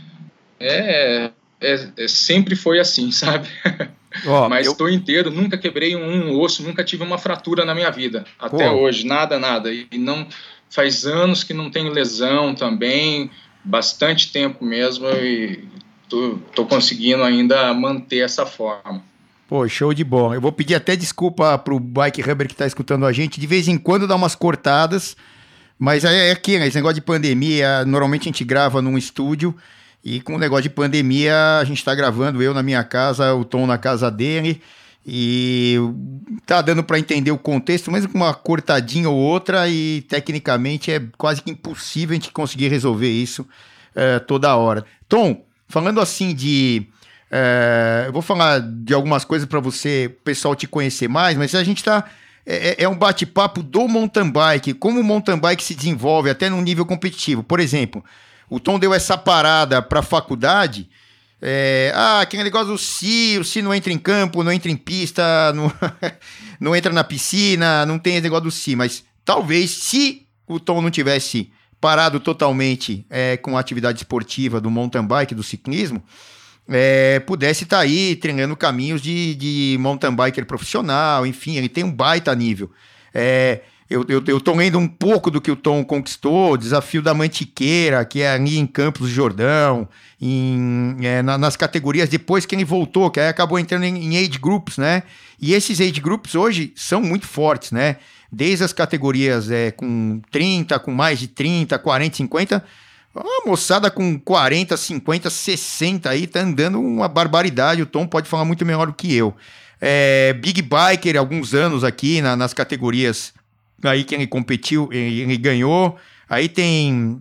[SPEAKER 2] Sempre foi assim, sabe? Mas estou inteiro, nunca quebrei um osso, nunca tive uma fratura na minha vida, até hoje, nada. E não faz anos que não tenho lesão também, bastante tempo mesmo, e tô conseguindo ainda manter essa forma.
[SPEAKER 1] Pô, show de bola. Eu vou pedir até desculpa pro Bike Rubber que tá escutando a gente, de vez em quando dá umas cortadas, mas é aqui, né? Esse negócio de pandemia, normalmente a gente grava num estúdio, e com o negócio de pandemia, a gente tá gravando, eu na minha casa, o Tom na casa dele, e tá dando para entender o contexto, mesmo com uma cortadinha ou outra, e tecnicamente é quase que impossível a gente conseguir resolver isso toda hora. Tom, falando assim de... eu vou falar de algumas coisas para você, o pessoal te conhecer mais, mas a gente tá... É um bate-papo do mountain bike, como o mountain bike se desenvolve até num nível competitivo. Por exemplo, o Tom deu essa parada para a faculdade, aquele negócio do o Si não entra em campo, não entra em pista, não entra na piscina, não tem esse negócio do Si, mas talvez se o Tom não tivesse parado totalmente com a atividade esportiva do mountain bike, do ciclismo, pudesse estar aí treinando caminhos de mountain biker profissional, enfim, ele tem um baita nível. Eu tô lendo um pouco do que o Tom conquistou, o desafio da Mantiqueira, que é ali em Campos do Jordão, nas categorias depois que ele voltou, que aí acabou entrando em age groups, né? E esses age groups hoje são muito fortes, né? Desde as categorias com 30, com mais de 30, 40, 50... Uma moçada com 40, 50, 60 aí tá andando uma barbaridade. O Tom pode falar muito melhor do que eu. Big Biker, alguns anos aqui nas categorias aí que ele competiu, ele ganhou. Aí tem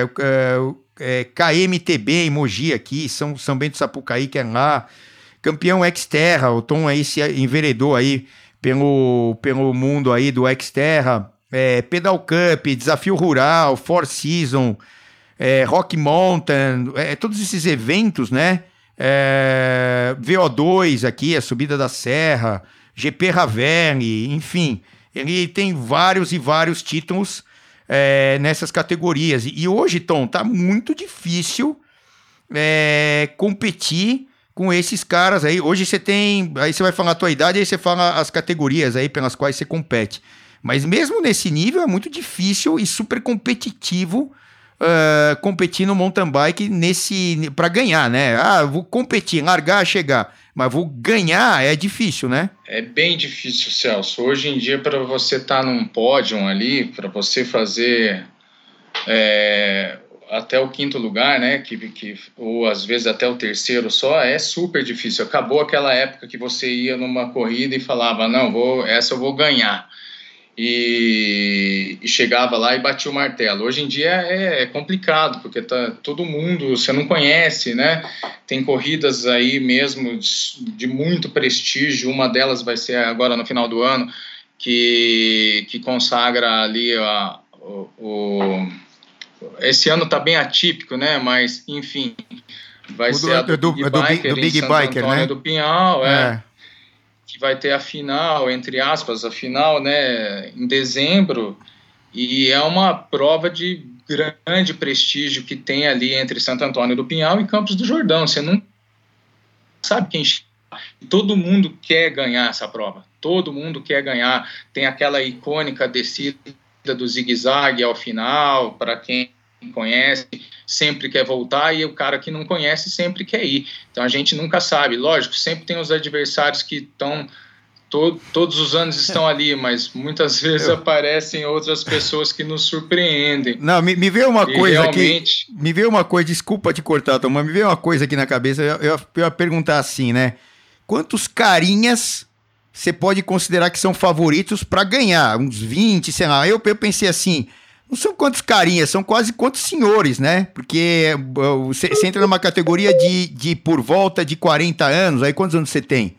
[SPEAKER 1] KMTB em Mogi aqui, São Bento do Sapucaí, que é lá. Campeão Xterra, o Tom aí se enveredou aí pelo mundo aí do Xterra. Pedal Cup, Desafio Rural, Four Season... Rock Mountain, todos esses eventos, né? VO2 aqui, a Subida da Serra, GP Raverne, enfim, ele tem vários e vários títulos nessas categorias. E hoje, Tom, tá muito difícil competir com esses caras aí. Hoje você tem, aí você vai falar a tua idade, aí você fala as categorias aí pelas quais você compete. Mas mesmo nesse nível é muito difícil e super competitivo competir no mountain bike para ganhar, né? Vou competir, largar, chegar, mas vou ganhar é difícil, né?
[SPEAKER 2] É bem difícil, Celso. Hoje em dia, para você estar num pódio ali, para você fazer até o 5º lugar, né? Ou às vezes até o 3º só, é super difícil. Acabou aquela época que você ia numa corrida e falava, não, essa eu vou ganhar. E chegava lá e batia o martelo. Hoje em dia é complicado, porque tá todo mundo, você não conhece, né? Tem corridas aí mesmo de muito prestígio, uma delas vai ser agora no final do ano, que consagra ali esse ano tá bem atípico, né? Mas, enfim, vai ser a do Big Biker, né? Do Pinhal, que vai ter a final, entre aspas, a final, né, em dezembro, e é uma prova de grande prestígio que tem ali entre Santo Antônio do Pinhal e Campos do Jordão. Você não sabe quem... Todo mundo quer ganhar essa prova, todo mundo quer ganhar. Tem aquela icônica descida do zigue-zague ao final, para quem conhece, sempre quer voltar, e o cara que não conhece sempre quer ir. Então a gente nunca sabe. Lógico, sempre tem os adversários que estão todos os anos estão ali, mas muitas vezes aparecem outras pessoas que nos surpreendem.
[SPEAKER 1] Não, me veio uma coisa realmente... aqui, me veio uma coisa, desculpa te cortar, Tom, mas me veio uma coisa aqui na cabeça, eu ia perguntar assim, né? Quantos carinhas você pode considerar que são favoritos para ganhar? Uns 20, sei lá. Eu pensei assim, não são quantos carinhas, são quase quantos senhores, né? Porque você entra numa categoria de por volta de 40 anos, aí quantos anos você tem?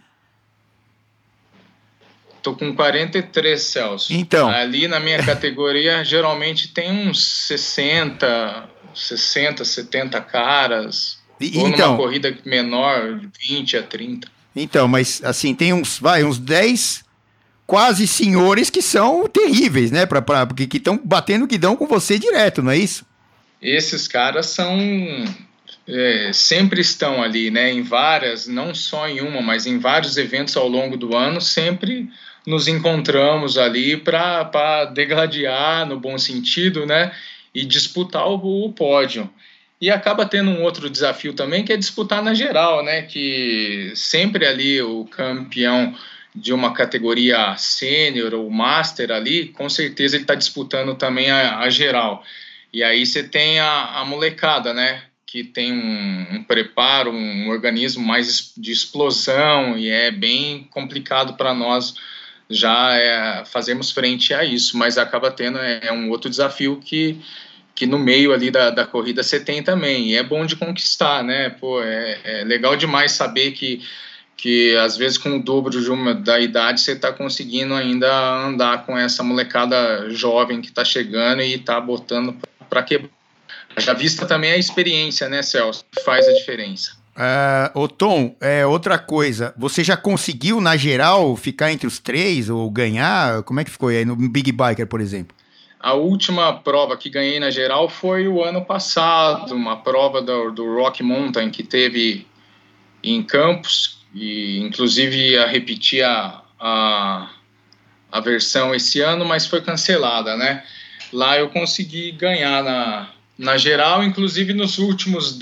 [SPEAKER 2] Tô com 43, Celso.
[SPEAKER 1] Então.
[SPEAKER 2] Ali na minha categoria, geralmente tem uns 60, 70 caras. Ou numa corrida menor, 20 a 30.
[SPEAKER 1] Então, mas assim, tem uns 10 quase senhores que são terríveis, né? Porque que estão batendo guidão com você direto, não é isso?
[SPEAKER 2] Esses caras são... sempre estão ali, né? Em várias, não só em uma, mas em vários eventos ao longo do ano, sempre nos encontramos ali para degladiar, no bom sentido, né? E disputar o pódio. E acaba tendo um outro desafio também, que é disputar na geral, né? Que sempre ali o campeão de uma categoria sênior ou master ali, com certeza ele está disputando também a geral. E aí você tem a molecada, né? Que tem um preparo, um organismo mais de explosão, e é bem complicado para nós já fazermos frente a isso, mas acaba tendo um outro desafio que no meio ali da corrida você tem também, e é bom de conquistar, né? Pô, é legal demais saber que às vezes com o dobro da idade você está conseguindo ainda andar com essa molecada jovem que está chegando e está botando para quebrar. Já vista também a experiência, né, Celso? Que faz a diferença.
[SPEAKER 1] Ô Tom, outra coisa, você já conseguiu na geral ficar entre os 3 ou ganhar? Como é que ficou aí no Big Biker, por exemplo?
[SPEAKER 2] A última prova que ganhei na geral foi o ano passado, uma prova do Rock Mountain que teve em Campos, e inclusive ia repetir a versão esse ano, mas foi cancelada, né? Lá eu consegui ganhar na geral, inclusive nos últimos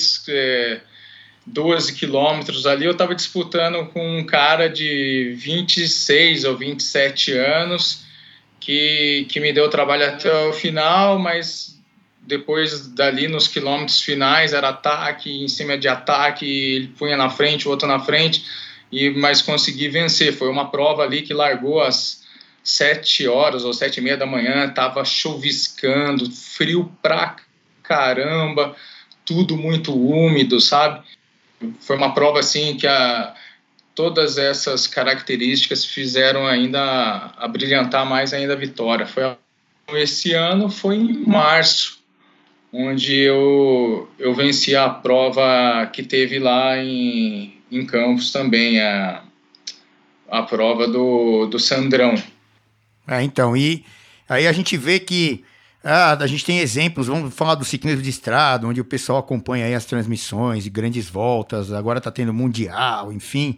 [SPEAKER 2] 12 quilômetros ali, eu estava disputando com um cara de 26 ou 27 anos, que me deu trabalho até o final, mas depois dali nos quilômetros finais era ataque, em cima de ataque, ele punha na frente, o outro na frente, mas consegui vencer. Foi uma prova ali que largou às 7 horas ou 7h30 da manhã, tava chuviscando, frio pra caramba, tudo muito úmido, sabe? Foi uma prova assim que todas essas características fizeram ainda a brilhantar mais ainda a vitória. Esse ano foi em março, onde eu venci a prova que teve lá em Campos também, a prova do Sandrão.
[SPEAKER 1] Então, e aí a gente vê que a gente tem exemplos, vamos falar do ciclismo de estrada, onde o pessoal acompanha aí as transmissões e grandes voltas, agora tá tendo Mundial, enfim.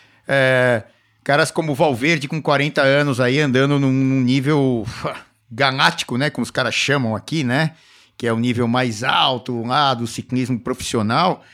[SPEAKER 1] Caras como o Valverde com 40 anos aí andando num nível galáctico, né, como os caras chamam aqui, né, que é o nível mais alto lá do ciclismo profissional,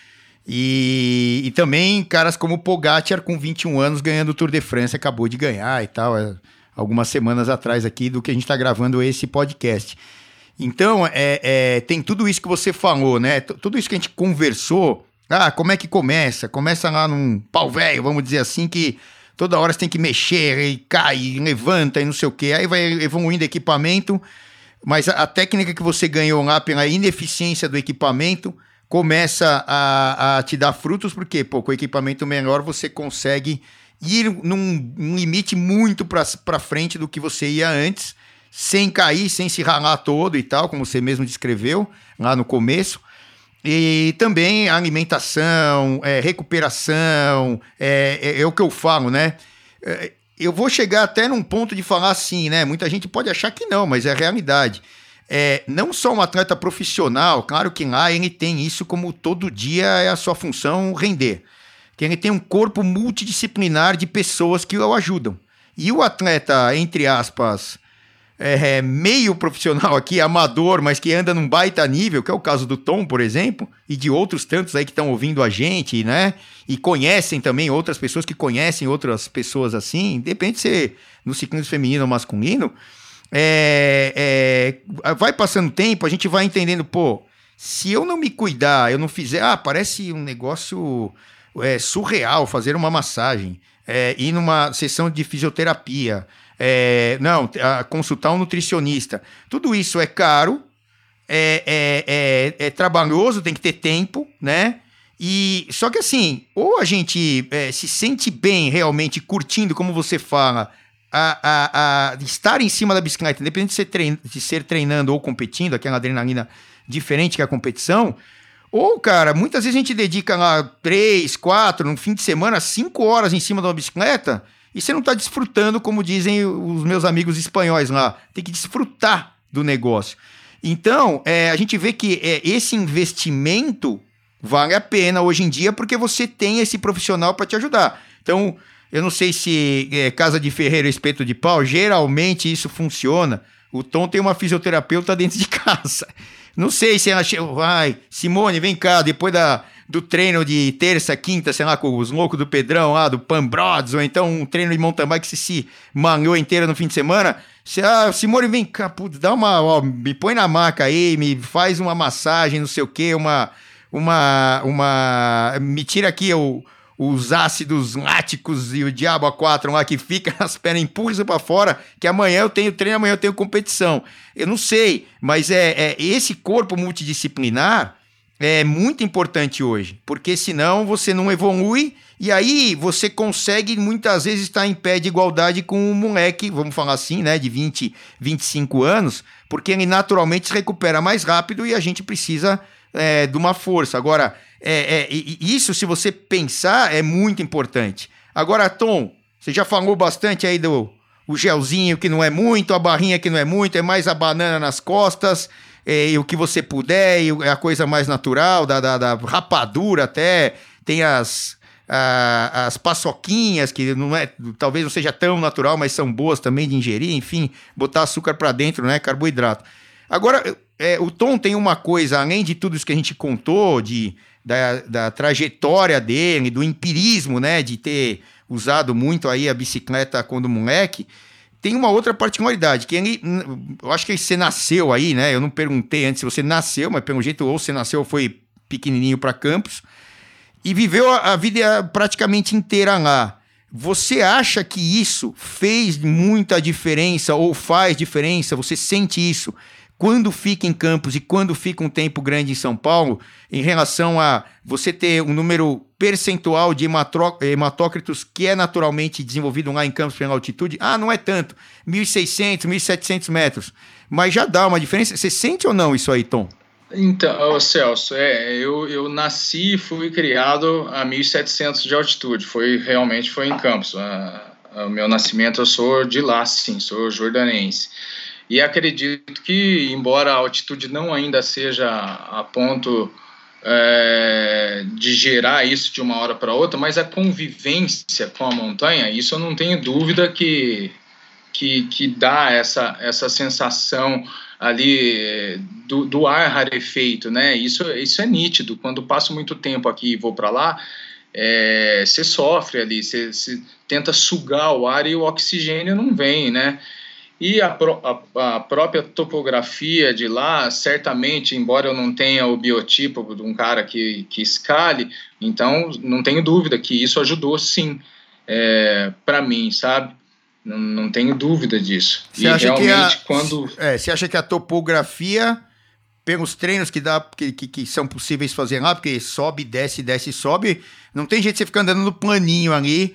[SPEAKER 1] e também caras como o Pogacar com 21 anos ganhando o Tour de France, acabou de ganhar e tal, algumas semanas atrás aqui do que a gente está gravando esse podcast. Então, tem tudo isso que você falou, né? Tudo isso que a gente conversou. Como é que começa? Começa lá num pau velho, vamos dizer assim, que toda hora você tem que mexer e cai, e levanta e não sei o quê. Aí vai evoluindo equipamento, mas a técnica que você ganhou lá pela ineficiência do equipamento começa a te dar frutos, porque com o equipamento melhor você consegue ir num limite muito para frente do que você ia antes, sem cair, sem se ralar todo e tal, como você mesmo descreveu lá no começo. E também a alimentação, recuperação, é o que eu falo, né? Eu vou chegar até num ponto de falar assim, né? Muita gente pode achar que não, mas é a realidade. Não só um atleta profissional, claro que lá ele tem isso como todo dia é a sua função render. Que ele tem um corpo multidisciplinar de pessoas que o ajudam. E o atleta, entre aspas, meio profissional aqui, amador, mas que anda num baita nível, que é o caso do Tom, por exemplo, e de outros tantos aí que estão ouvindo a gente, né? E conhecem também outras pessoas que conhecem outras pessoas assim, independente de ser no ciclismo feminino ou masculino, vai passando tempo, a gente vai entendendo, se eu não me cuidar, eu não fizer, parece um negócio surreal fazer uma massagem, ir numa sessão de fisioterapia, consultar um nutricionista. Tudo isso é caro, é trabalhoso, tem que ter tempo, né? Só que assim, ou a gente se sente bem realmente curtindo, como você fala, a estar em cima da bicicleta, independente de ser treinando ou competindo, aquela adrenalina diferente que a competição, ou, cara, muitas vezes a gente dedica lá 3, 4, no fim de semana, 5 horas em cima de uma bicicleta E você não está desfrutando, como dizem os meus amigos espanhóis lá. Tem que desfrutar do negócio. Então, a gente vê que esse investimento vale a pena hoje em dia porque você tem esse profissional para te ajudar. Então, eu não sei se casa de ferreiro é espeto de pau, geralmente isso funciona. O Tom tem uma fisioterapeuta dentro de casa. Não sei se ela chega... Vai, Simone, vem cá, depois do treino de terça, quinta, sei lá, com os loucos do Pedrão lá, do Pan Brothers, ou então um treino de mountain bike que você se manhou inteira no fim de semana. Simone, vem cá, putz, dá uma... Ó, me põe na maca aí, me faz uma massagem, não sei o quê, me tira aqui os ácidos láticos e o diabo A4 lá que fica nas pernas, impulsa para fora, que amanhã eu tenho treino, amanhã eu tenho competição. Eu não sei, mas esse corpo multidisciplinar é muito importante hoje, porque senão você não evolui e aí você consegue muitas vezes estar em pé de igualdade com um moleque, vamos falar assim, né, de 20, 25 anos, porque ele naturalmente se recupera mais rápido e a gente precisa de uma força. Agora, isso, se você pensar, é muito importante. Agora, Tom, você já falou bastante aí o gelzinho que não é muito, a barrinha que não é muito, é mais a banana nas costas, e o que você puder, é a coisa mais natural, da rapadura até, tem as paçoquinhas, que talvez não seja tão natural, mas são boas também de ingerir, enfim, botar açúcar para dentro, né, carboidrato. Agora, o Tom tem uma coisa, além de tudo isso que a gente contou, da trajetória dele, do empirismo, né, de ter usado muito aí a bicicleta quando moleque, tem uma outra particularidade, que eu acho que você nasceu aí, né, eu não perguntei antes se você nasceu, mas pelo jeito ou você nasceu ou foi pequenininho para Campos, e viveu a vida praticamente inteira lá. Você acha que isso fez muita diferença ou faz diferença? Você sente isso quando fica em Campos e quando fica um tempo grande em São Paulo, em relação a você ter um número percentual de hematócritos que é naturalmente desenvolvido lá em Campos pela altitude? Não é tanto, 1.600, 1.700 metros, mas já dá uma diferença. Você sente ou não isso aí, Tom?
[SPEAKER 2] Então, Celso, eu nasci e fui criado a 1.700 de altitude, realmente foi em Campos. O meu nascimento, eu sou de lá, sim, sou jordanense. E acredito que, embora a altitude não ainda seja a ponto de gerar isso de uma hora para outra, mas a convivência com a montanha, isso eu não tenho dúvida que dá essa sensação ali do ar rarefeito, né? Isso é nítido. Quando passo muito tempo aqui e vou para lá, você sofre ali, você tenta sugar o ar e o oxigênio não vem, né? E a própria topografia de lá, certamente, embora eu não tenha o biotipo de um cara que escale, então não tenho dúvida que isso ajudou sim para mim, sabe? Não tenho dúvida disso.
[SPEAKER 1] Você acha realmente você acha que a topografia, pelos treinos que são possíveis fazer lá, porque sobe, desce, sobe, não tem jeito de você ficar andando no planinho ali,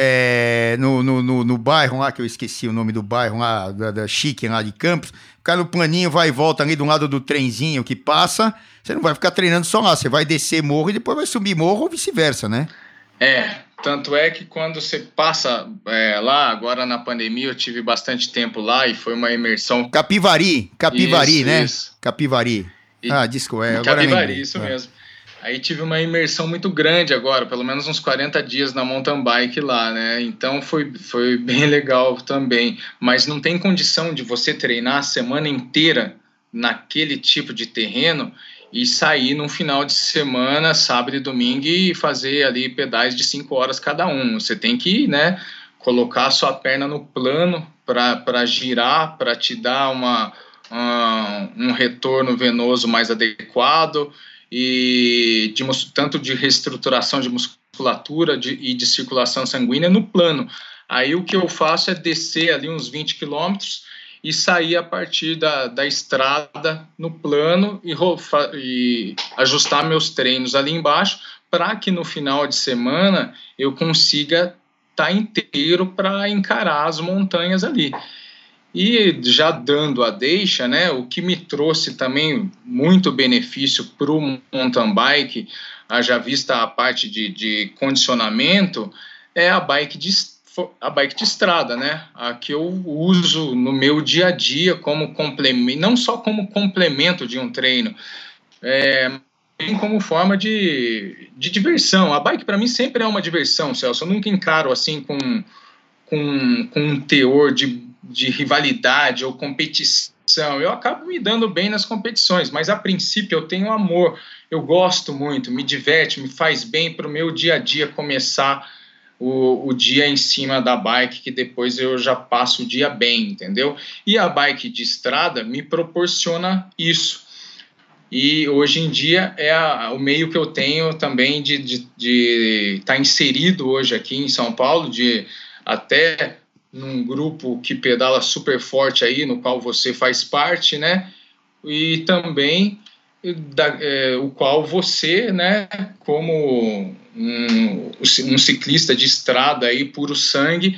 [SPEAKER 1] no bairro lá, que eu esqueci o nome do bairro lá, da Chique lá de Campos, ficar no planinho, vai e volta ali do lado do trenzinho que passa, você não vai ficar treinando só lá, você vai descer morro e depois vai subir morro ou vice-versa, né?
[SPEAKER 2] Tanto é que quando você passa lá, agora na pandemia eu tive bastante tempo lá e foi uma imersão...
[SPEAKER 1] Capivari, isso, né?
[SPEAKER 2] Isso.
[SPEAKER 1] Capivari. Desculpa, agora
[SPEAKER 2] Capivari, isso mesmo. Aí tive uma imersão muito grande agora, pelo menos uns 40 dias na mountain bike lá, né? Então foi bem legal também. Mas não tem condição de você treinar a semana inteira naquele tipo de terreno e sair num final de semana, sábado e domingo, e fazer ali pedais de 5 horas cada um. Você tem que, né, colocar a sua perna no plano para girar, para te dar um retorno venoso mais adequado, e tanto de reestruturação de musculatura e de circulação sanguínea no plano. Aí o que eu faço é descer ali uns 20 quilômetros e sair a partir da estrada no plano e ajustar meus treinos ali embaixo para que no final de semana eu consiga estar inteiro para encarar as montanhas ali. E já dando a deixa, né, o que me trouxe também muito benefício para o mountain bike, haja vista a parte de condicionamento, é a bike a bike de estrada, né? A que eu uso no meu dia a dia como complemento, não só como complemento de um treino, como forma de diversão. A bike para mim sempre é uma diversão, Celso. Eu nunca encaro assim com um teor de rivalidade ou competição. Eu acabo me dando bem nas competições, mas a princípio eu tenho amor, eu gosto muito, me diverte, me faz bem para o meu dia a dia começar o dia em cima da bike, que depois eu já passo o dia bem, entendeu? E a bike de estrada me proporciona isso. E hoje em dia é o meio que eu tenho também de estar inserido hoje aqui em São Paulo, de até num grupo que pedala super forte aí, no qual você faz parte, né? E também o qual você, né, como um ciclista de estrada aí, puro sangue,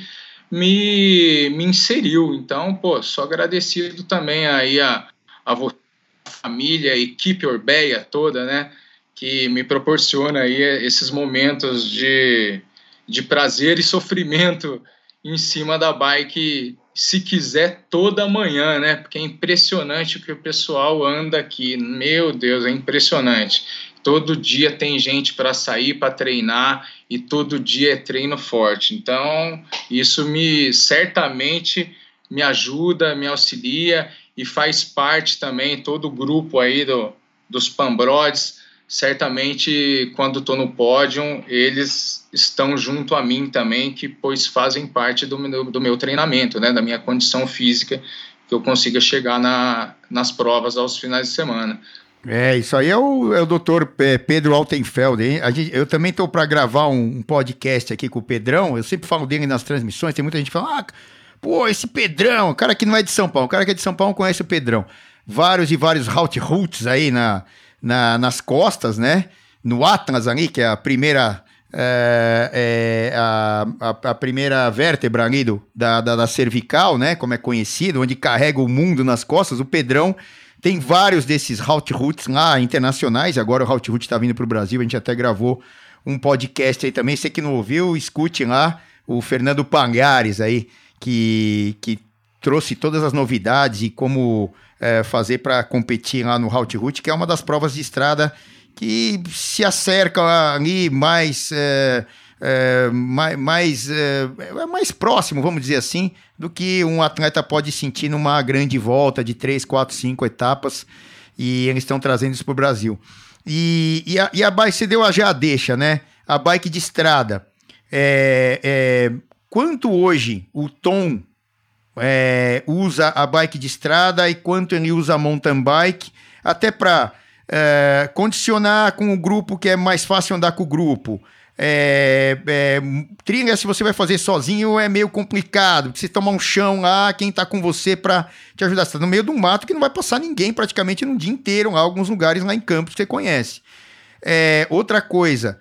[SPEAKER 2] me inseriu. Então, pô, sou agradecido também aí a você, a família, a equipe Orbeia toda, né, que me proporciona aí esses momentos de prazer e sofrimento em cima da bike, se quiser, toda manhã, né? Porque é impressionante o que o pessoal anda aqui. Meu Deus, é impressionante. Todo dia tem gente para sair, para treinar, e todo dia é treino forte. Então, isso certamente me ajuda, me auxilia e faz parte também, todo o grupo aí dos Pambrodes. Certamente, quando estou no pódio, eles estão junto a mim também, pois fazem parte do meu treinamento, né, da minha condição física, que eu consiga chegar nas provas aos finais de semana.
[SPEAKER 1] Isso aí é o Dr. Pedro Altenfeld, hein? Eu também estou para gravar um podcast aqui com o Pedrão, eu sempre falo dele nas transmissões, tem muita gente que fala, pô, esse Pedrão, o cara que não é de São Paulo, o cara que é de São Paulo conhece o Pedrão. Vários e vários routes aí nas costas, né? No Atlas ali, que é a primeira a primeira vértebra ali da cervical, né? Como é conhecido, onde carrega o mundo nas costas. O Pedrão tem vários desses routes lá internacionais. Agora o route está vindo para o Brasil. A gente até gravou um podcast aí também. Você que não ouviu, escute lá o Fernando Palhares aí, que trouxe todas as novidades e como fazer para competir lá no route, que é uma das provas de estrada que se acerca ali mais próximo, vamos dizer assim, do que um atleta pode sentir numa grande volta de 3, 4, 5 etapas, e eles estão trazendo isso para o Brasil. E a bike, você deu já a deixa, né? A bike de estrada. Quanto hoje o Tom usa a bike de estrada e quanto ele usa a mountain bike, até para condicionar com o grupo, que é mais fácil andar com o grupo. Trilha, se você vai fazer sozinho, é meio complicado, porque você toma um chão lá, quem tá com você para te ajudar? Você tá no meio do mato que não vai passar ninguém praticamente no dia inteiro, lá, alguns lugares lá em Campos que você conhece. Outra coisa,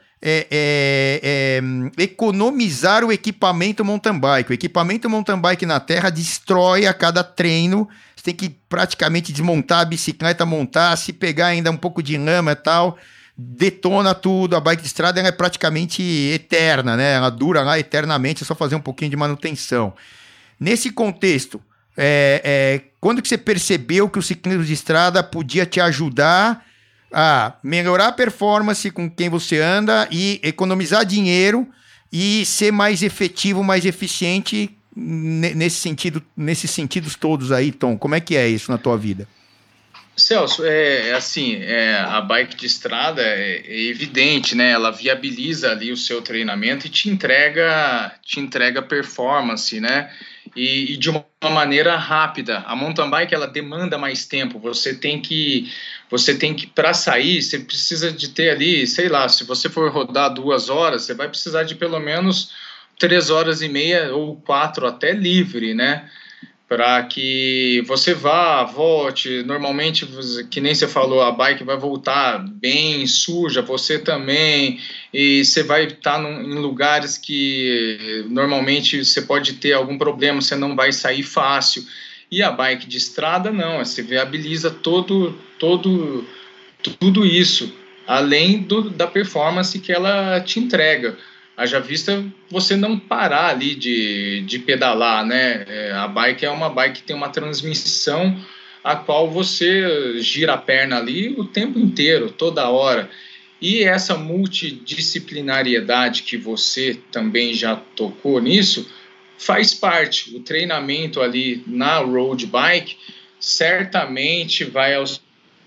[SPEAKER 1] economizar o equipamento mountain bike. O equipamento mountain bike na terra destrói a cada treino. Você tem que praticamente desmontar a bicicleta, montar, se pegar ainda um pouco de lama e tal, detona tudo. A bike de estrada ela é praticamente eterna, né? Ela dura lá eternamente, é só fazer um pouquinho de manutenção. Nesse contexto, quando que você percebeu que o ciclismo de estrada podia te ajudar a melhorar a performance com quem você anda e economizar dinheiro e ser mais efetivo, mais eficiente nesses sentidos todos aí, Tom? Como é que é isso na tua vida?
[SPEAKER 2] Celso, a bike de estrada é evidente, né? Ela viabiliza ali o seu treinamento e te entrega performance, né? E de uma maneira rápida. A mountain bike, ela demanda mais tempo. Você tem que para sair, você precisa de ter ali, sei lá, se você for rodar 2 horas, você vai precisar de pelo menos 3 horas e meia ou 4 até livre, né? Para que você volte. Normalmente, que nem você falou, a bike vai voltar bem suja, você também, e você vai estar em lugares que normalmente você pode ter algum problema, você não vai sair fácil. E a bike de estrada não, você viabiliza tudo isso, além da performance que ela te entrega. Haja vista você não parar ali de pedalar, né? A bike é uma bike que tem uma transmissão a qual você gira a perna ali o tempo inteiro, toda hora. E essa multidisciplinariedade que você também já tocou nisso, faz parte. O treinamento ali na road bike certamente vai ao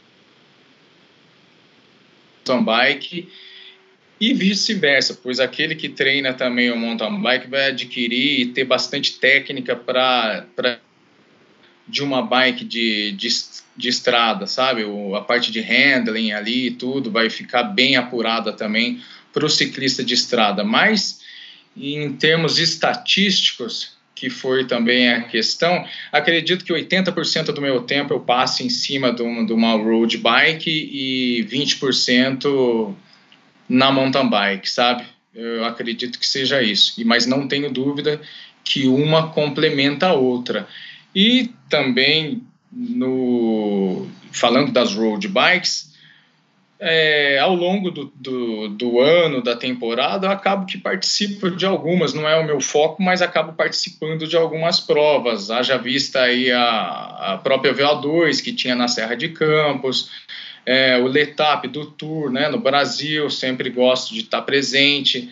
[SPEAKER 2] mountain bike e vice-versa, pois aquele que treina também o mountain bike vai adquirir e ter bastante técnica para de uma bike de estrada, sabe? A parte de handling ali e tudo vai ficar bem apurada também para o ciclista de estrada. Mas, em termos estatísticos, que foi também a questão, acredito que 80% do meu tempo eu passo em cima de uma road bike e 20% na mountain bike, sabe? Eu acredito que seja isso. Mas não tenho dúvida que uma complementa a outra. E também, falando das road bikes, ao longo do ano, da temporada, eu acabo que participo de algumas, não é o meu foco, mas acabo participando de algumas provas. Haja vista aí a própria VO2 que tinha na Serra de Campos, o Letap do Tour, né, no Brasil, sempre gosto de estar presente.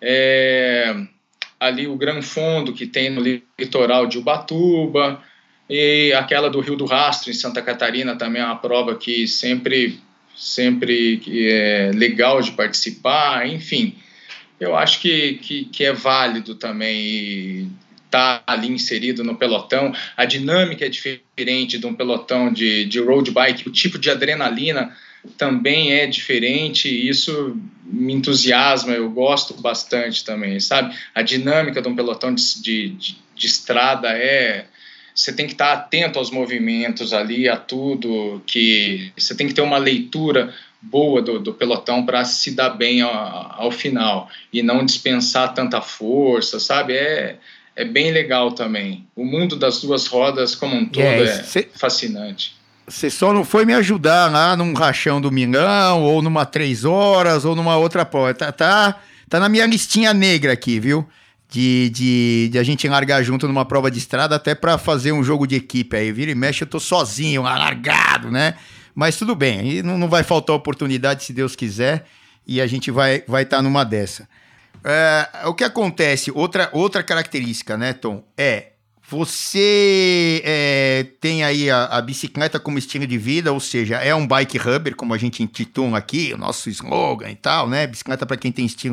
[SPEAKER 2] Ali o Gran Fondo, que tem no litoral de Ubatuba, e aquela do Rio do Rastro, em Santa Catarina, também é uma prova que sempre é legal de participar. Enfim, eu acho que é válido também estar ali inserido no pelotão. A dinâmica é diferente de um pelotão de road bike, o tipo de adrenalina também é diferente, e isso me entusiasma, eu gosto bastante também, sabe? A dinâmica de um pelotão de estrada você tem que estar atento aos movimentos ali, a tudo, que você tem que ter uma leitura boa do pelotão para se dar bem ao final, e não dispensar tanta força, sabe? É bem legal também. O mundo das duas rodas como um todo fascinante.
[SPEAKER 1] Você só não foi me ajudar lá num rachão do Milão, ou numa 3 horas, ou numa outra prova. Tá na minha listinha negra aqui, viu? De a gente largar junto numa prova de estrada, até pra fazer um jogo de equipe aí. Vira e mexe, eu tô sozinho, largado, né? Mas tudo bem, aí não vai faltar oportunidade, se Deus quiser, e a gente vai tá numa dessa. O que acontece, outra característica, né, Tom, você tem aí a bicicleta como estilo de vida, ou seja, é um bike rubber, como a gente intitula aqui, o nosso slogan e tal, né? Bicicleta para quem tem estilo...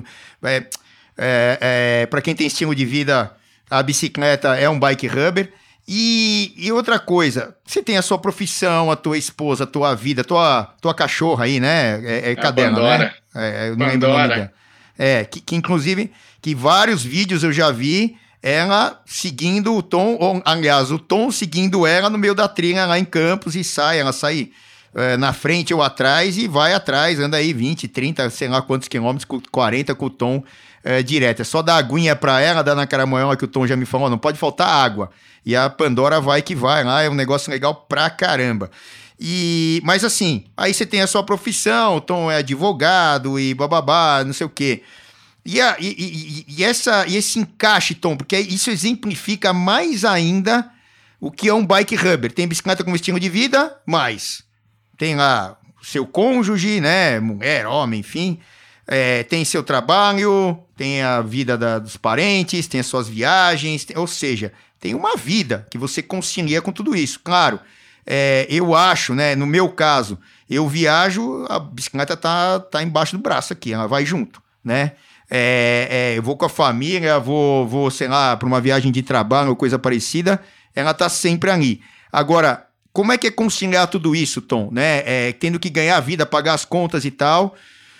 [SPEAKER 1] para quem tem estilo de vida, a bicicleta é um bike rubber. E outra coisa, você tem a sua profissão, a tua esposa, a tua vida, tua cachorra aí, né? Cadela,
[SPEAKER 2] Pandora.
[SPEAKER 1] Né? Eu não lembro o nome dela. Que inclusive, que vários vídeos eu já vi ela seguindo o Tom, aliás, o Tom seguindo ela no meio da trilha lá em Campos, e ela sai na frente ou atrás e vai atrás, anda aí 20, 30, sei lá quantos quilômetros, 40 com o Tom direto. É só dar aguinha pra ela, dar na caramanhola, que o Tom já me falou, não pode faltar água. E a Pandora vai que vai lá, é um negócio legal pra caramba. Mas assim, aí você tem a sua profissão, o Tom é advogado e bababá, não sei o quê. E esse encaixe, Tom, porque isso exemplifica mais ainda o que é um bike rubber. Tem bicicleta como estilo de vida, mas tem lá seu cônjuge, né, mulher, homem, enfim, tem seu trabalho, tem a vida dos parentes, tem as suas viagens, ou seja, tem uma vida que você concilia com tudo isso. Claro, eu acho, né, no meu caso, eu viajo, a bicicleta tá embaixo do braço aqui, ela vai junto, né? Eu vou com a família, vou, sei lá, para uma viagem de trabalho ou coisa parecida, ela tá sempre ali. Agora, como é que é conciliar tudo isso, Tom, né? Tendo que ganhar a vida, pagar as contas e tal,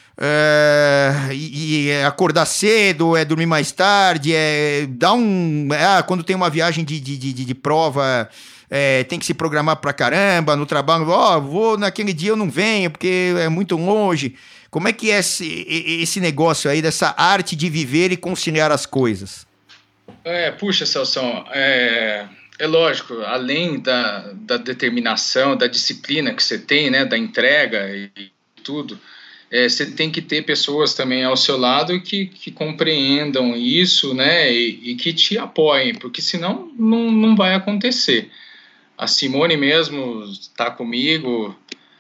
[SPEAKER 1] acordar cedo, dormir mais tarde, quando tem uma viagem de prova, tem que se programar pra caramba, no trabalho, vou naquele dia eu não venho, porque é muito longe. Como é que é esse negócio aí, dessa arte de viver e conciliar as coisas?
[SPEAKER 2] Puxa, Celso, é lógico, além da determinação, da disciplina que você tem, né, da entrega e tudo, você tem que ter pessoas também ao seu lado que compreendam isso, né, e que te apoiem, porque senão não vai acontecer. A Simone mesmo está comigo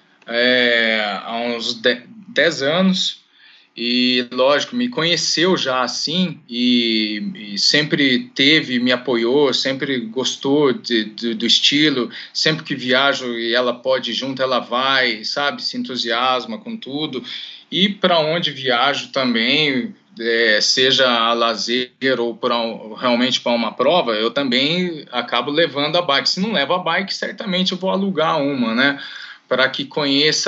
[SPEAKER 2] há uns 10 anos, e lógico, me conheceu já assim, e sempre me apoiou, sempre gostou do estilo, sempre que viajo e ela pode ir junto, ela vai, sabe, se entusiasma com tudo, e para onde viajo também, seja a lazer ou realmente para uma prova, eu também acabo levando a bike. Se não levo a bike, certamente eu vou alugar uma, né, para que conheça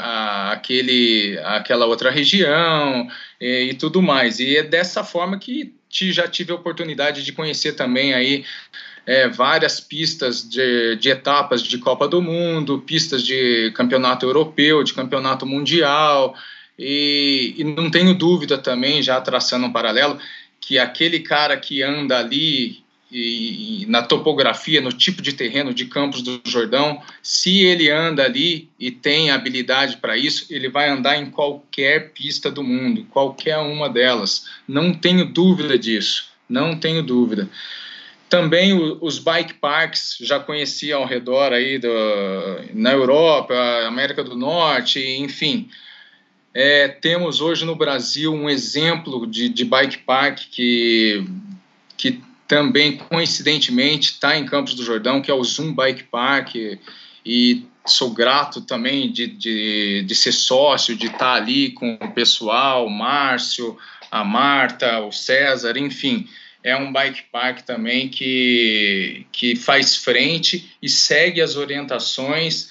[SPEAKER 2] aquela outra região e tudo mais. E é dessa forma que já tive a oportunidade de conhecer também aí várias pistas de etapas de Copa do Mundo, pistas de campeonato europeu, de campeonato mundial, e não tenho dúvida também, já traçando um paralelo, que aquele cara que anda ali e na topografia, no tipo de terreno de Campos do Jordão, se ele anda ali e tem habilidade para isso, ele vai andar em qualquer pista do mundo, qualquer uma delas. Não tenho dúvida disso, não tenho dúvida. Também os bike parks, já conheci ao redor aí na Europa, América do Norte, enfim. Temos hoje no Brasil um exemplo de bike park que também, coincidentemente, está em Campos do Jordão, que é o Zoom Bike Park, e sou grato também de ser sócio, de estar ali com o pessoal, o Márcio, a Marta, o César, enfim, é um bike park também que faz frente e segue as orientações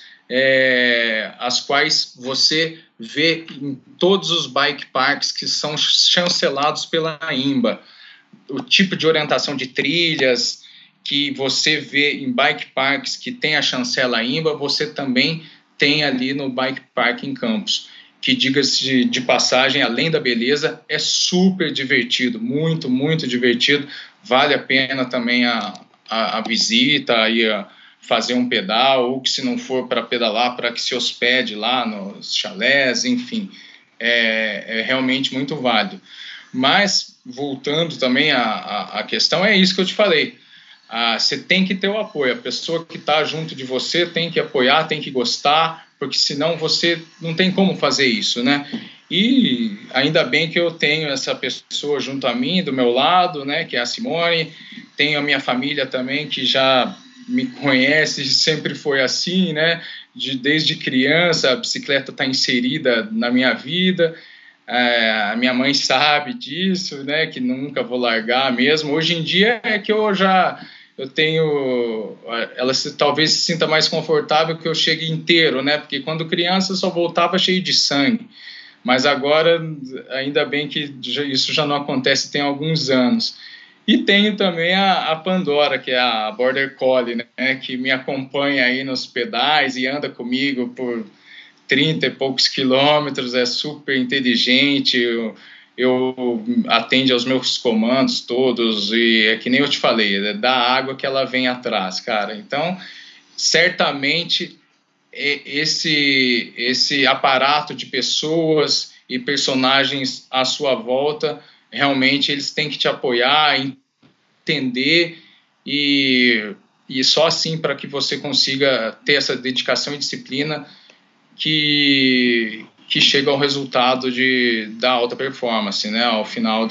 [SPEAKER 2] as quais você vê em todos os bike parks que são chancelados pela IMBA. O tipo de orientação de trilhas que você vê em bike parks que tem a chancela IMBA, você também tem ali no Bike Park em Campos, que, diga-se de passagem, além da beleza, é super divertido, muito, muito divertido, vale a pena também a visita e fazer um pedal, ou que se não for para pedalar, para que se hospede lá nos chalés, enfim, é realmente muito válido. Mas, voltando também à questão, é isso que eu te falei. Você tem que ter o apoio. A pessoa que está junto de você tem que apoiar, tem que gostar, porque senão você não tem como fazer isso, né? E ainda bem que eu tenho essa pessoa junto a mim, do meu lado, né, que é a Simone. Tenho a minha família também, que já me conhece, sempre foi assim, né? Desde criança, a bicicleta está inserida na minha vida. A minha mãe sabe disso, né, que nunca vou largar mesmo. Hoje em dia é que eu tenho, ela talvez se sinta mais confortável que eu chegue inteiro, né, porque quando criança eu só voltava cheio de sangue, mas agora ainda bem que isso já não acontece tem alguns anos. E tenho também a Pandora, que é a Border Collie, né, que me acompanha aí nos pedais e anda comigo por 30 e poucos quilômetros, é super inteligente, eu atende aos meus comandos todos, e é que nem eu te falei, é da água que ela vem atrás, cara. Então, certamente, esse aparato de pessoas e personagens à sua volta, realmente eles têm que te apoiar, entender, e só assim para que você consiga ter essa dedicação e disciplina que chega ao resultado da alta performance, né, ao final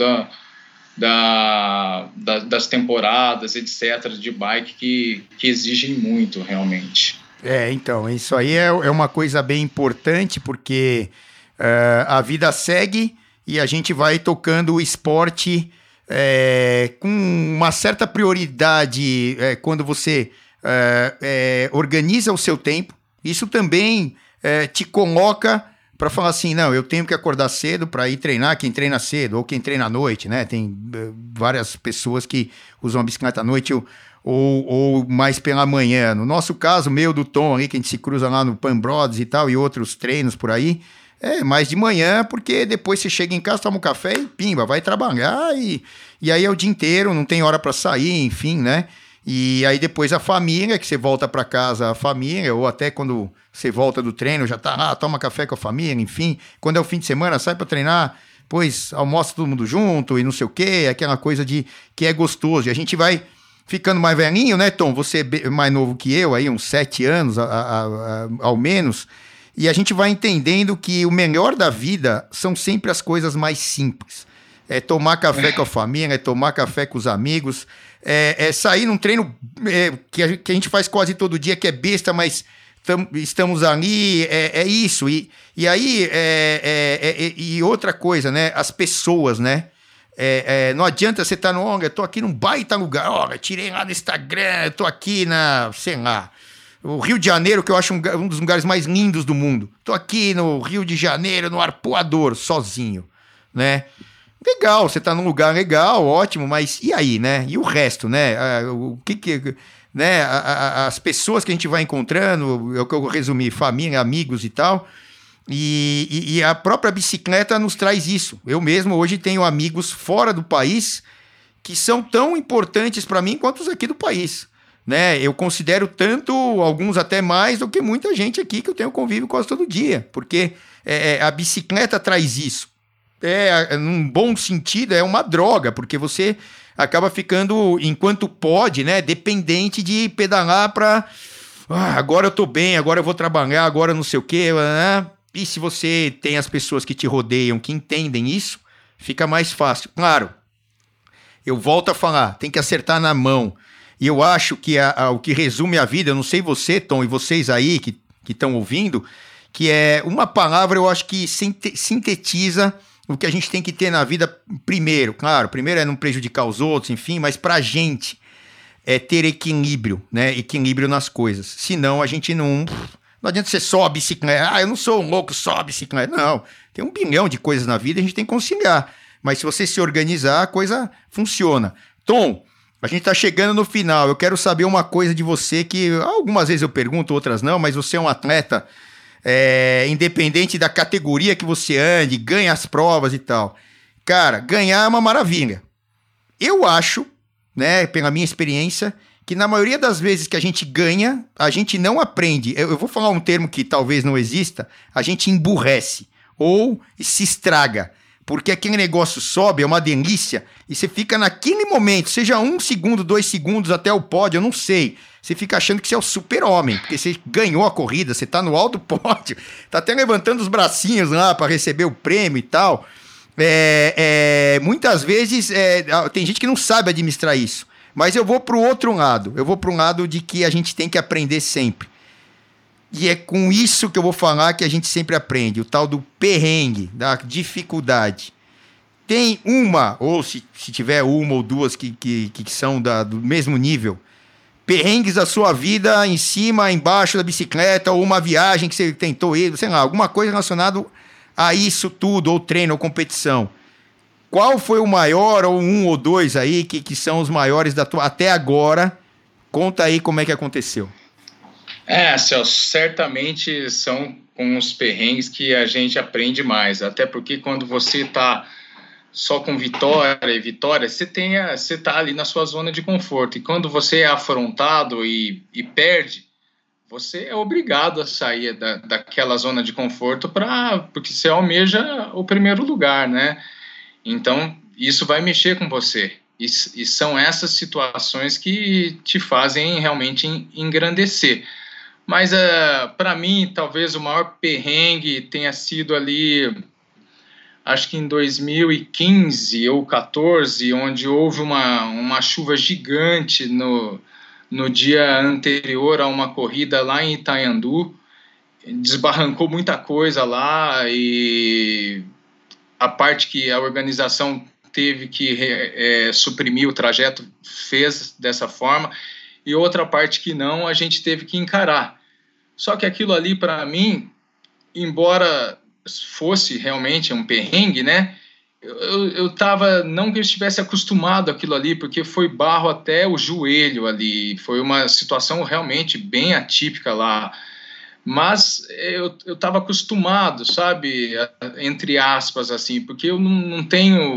[SPEAKER 2] das temporadas, etc., de bike que exigem muito, realmente.
[SPEAKER 1] Então, isso aí é uma coisa bem importante, porque a vida segue e a gente vai tocando o esporte com uma certa prioridade quando você organiza o seu tempo. Isso também te coloca para falar assim, não, eu tenho que acordar cedo para ir treinar, quem treina cedo, ou quem treina à noite, né? Tem várias pessoas que usam a bicicleta à noite ou mais pela manhã. No nosso caso, do Tom ali, que a gente se cruza lá no Pan Brothers e tal, e outros treinos por aí, mais de manhã, porque depois você chega em casa, toma um café e pimba, vai trabalhar, e aí é o dia inteiro, não tem hora para sair, enfim, né? E aí depois a família, que você volta para casa, a família, ou até quando você volta do treino, já tá lá, toma café com a família, enfim. Quando é o fim de semana, sai para treinar, pois almoça todo mundo junto e não sei o quê, aquela coisa de que é gostoso. E a gente vai ficando mais velhinho, né, Tom? Você é mais novo que eu, aí uns 7 anos ao menos, e a gente vai entendendo que o melhor da vida são sempre as coisas mais simples. É tomar café com a família, é tomar café com os amigos, é sair num treino que a gente faz quase todo dia, que é besta, mas estamos ali, é isso. E aí, e outra coisa, né? As pessoas, né? Não adianta você estar no... Olha, eu tô aqui num baita lugar, olha, tirei lá no Instagram, eu tô aqui sei lá, o Rio de Janeiro, que eu acho um dos lugares mais lindos do mundo. Tô aqui no Rio de Janeiro, no Arpoador, sozinho, né? Legal, você tá num lugar legal, ótimo, mas e aí, né? E o resto, né? O que né? As pessoas que a gente vai encontrando, é o que eu resumi, família, amigos e tal, e a própria bicicleta nos traz isso. Eu mesmo hoje tenho amigos fora do país que são tão importantes para mim quanto os aqui do país, né? Eu considero tanto, alguns até mais, do que muita gente aqui que eu tenho convívio quase todo dia, porque a bicicleta traz isso. Num bom sentido, é uma droga, porque você acaba ficando, enquanto pode, né, dependente de pedalar para agora eu tô bem, agora eu vou trabalhar, agora não sei o quê, né? E se você tem as pessoas que te rodeiam, que entendem isso, fica mais fácil. Claro, eu volto a falar, tem que acertar na mão. E eu acho que o que resume a vida, eu não sei você, Tom, e vocês aí que estão ouvindo, que é uma palavra, eu acho que sintetiza o que a gente tem que ter na vida primeiro. Claro, primeiro é não prejudicar os outros, enfim, mas pra gente é ter equilíbrio, né? Equilíbrio nas coisas. Senão a gente não adianta ser só a bicicleta. Eu não sou um louco só a bicicleta. Não, tem 1 bilhão de coisas na vida, a gente tem que conciliar. Mas se você se organizar, a coisa funciona. Tom, a gente tá chegando no final. Eu quero saber uma coisa de você que algumas vezes eu pergunto, outras não, mas você é um atleta... independente da categoria que você ande, ganha as provas e tal. Cara, ganhar é uma maravilha. Eu acho, né, pela minha experiência, que na maioria das vezes que a gente ganha, a gente não aprende. Eu vou falar um termo que talvez não exista, a gente emburrece ou se estraga. Porque aquele negócio sobe, é uma delícia, e você fica naquele momento, seja 1 segundo, 2 segundos até o pódio, eu não sei. Você fica achando que você é o super-homem, porque você ganhou a corrida, você tá no alto do pódio, tá até levantando os bracinhos lá para receber o prêmio e tal. Muitas vezes tem gente que não sabe administrar isso. Mas eu vou pro outro lado. Eu vou pro lado de que a gente tem que aprender sempre. E é com isso que eu vou falar que a gente sempre aprende. O tal do perrengue, da dificuldade. Tem uma, ou se tiver uma ou duas que são do mesmo nível, perrengues da sua vida em cima, embaixo da bicicleta, ou uma viagem que você tentou ir, sei lá, alguma coisa relacionada a isso tudo, ou treino, ou competição. Qual foi o maior, ou 1 ou 2 aí, que são os maiores da tua até agora? Conta aí como é que aconteceu.
[SPEAKER 2] Celso, certamente são com os perrengues que a gente aprende mais, até porque quando você está só com vitória, você tá ali na sua zona de conforto, e quando você é afrontado e perde, você é obrigado a sair daquela zona de conforto porque você almeja o primeiro lugar, né? Então, isso vai mexer com você, e são essas situações que te fazem realmente engrandecer. Mas, para mim, talvez o maior perrengue tenha sido ali, acho que em 2015 ou 2014, onde houve uma chuva gigante no dia anterior a uma corrida lá em Itaiandu. Desbarrancou muita coisa lá, e a parte que a organização teve que suprimir o trajeto fez dessa forma, e outra parte que não, a gente teve que encarar. Só que aquilo ali, para mim, embora fosse realmente um perrengue, né? Eu tava, não que eu estivesse acostumado àquilo ali, porque foi barro até o joelho ali, foi uma situação realmente bem atípica lá, mas eu tava acostumado, sabe, entre aspas, assim, porque eu não tenho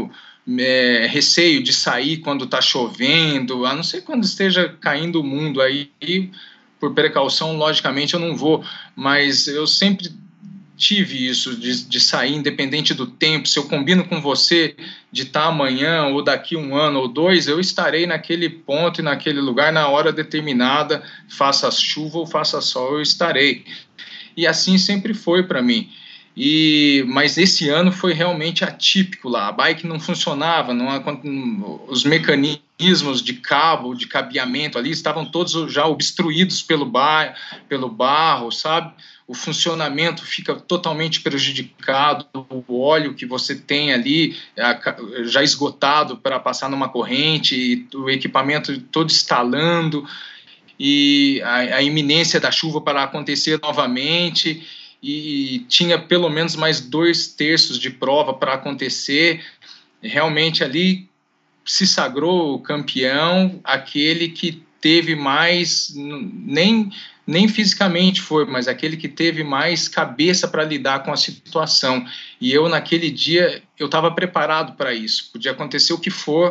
[SPEAKER 2] receio de sair quando está chovendo, a não ser quando esteja caindo o mundo, aí por precaução, logicamente, eu não vou, mas eu sempre tive isso de sair independente do tempo. Se eu combino com você de estar amanhã ou daqui 1 ano ou 2, eu estarei naquele ponto e naquele lugar na hora determinada, faça chuva ou faça sol, eu estarei. E assim sempre foi para mim. Mas esse ano foi realmente atípico lá. A bike não funcionava, os mecanismos de cabo, de cabeamento ali estavam todos já obstruídos pelo barro, sabe? O funcionamento fica totalmente prejudicado, o óleo que você tem ali já esgotado para passar numa corrente, o equipamento todo estalando, e a iminência da chuva para acontecer novamente, e tinha pelo menos mais 2/3 de prova para acontecer. Realmente ali se sagrou o campeão, aquele que teve mais, nem fisicamente foi, mas aquele que teve mais cabeça para lidar com a situação. E eu, naquele dia, eu estava preparado para isso. Podia acontecer o que for,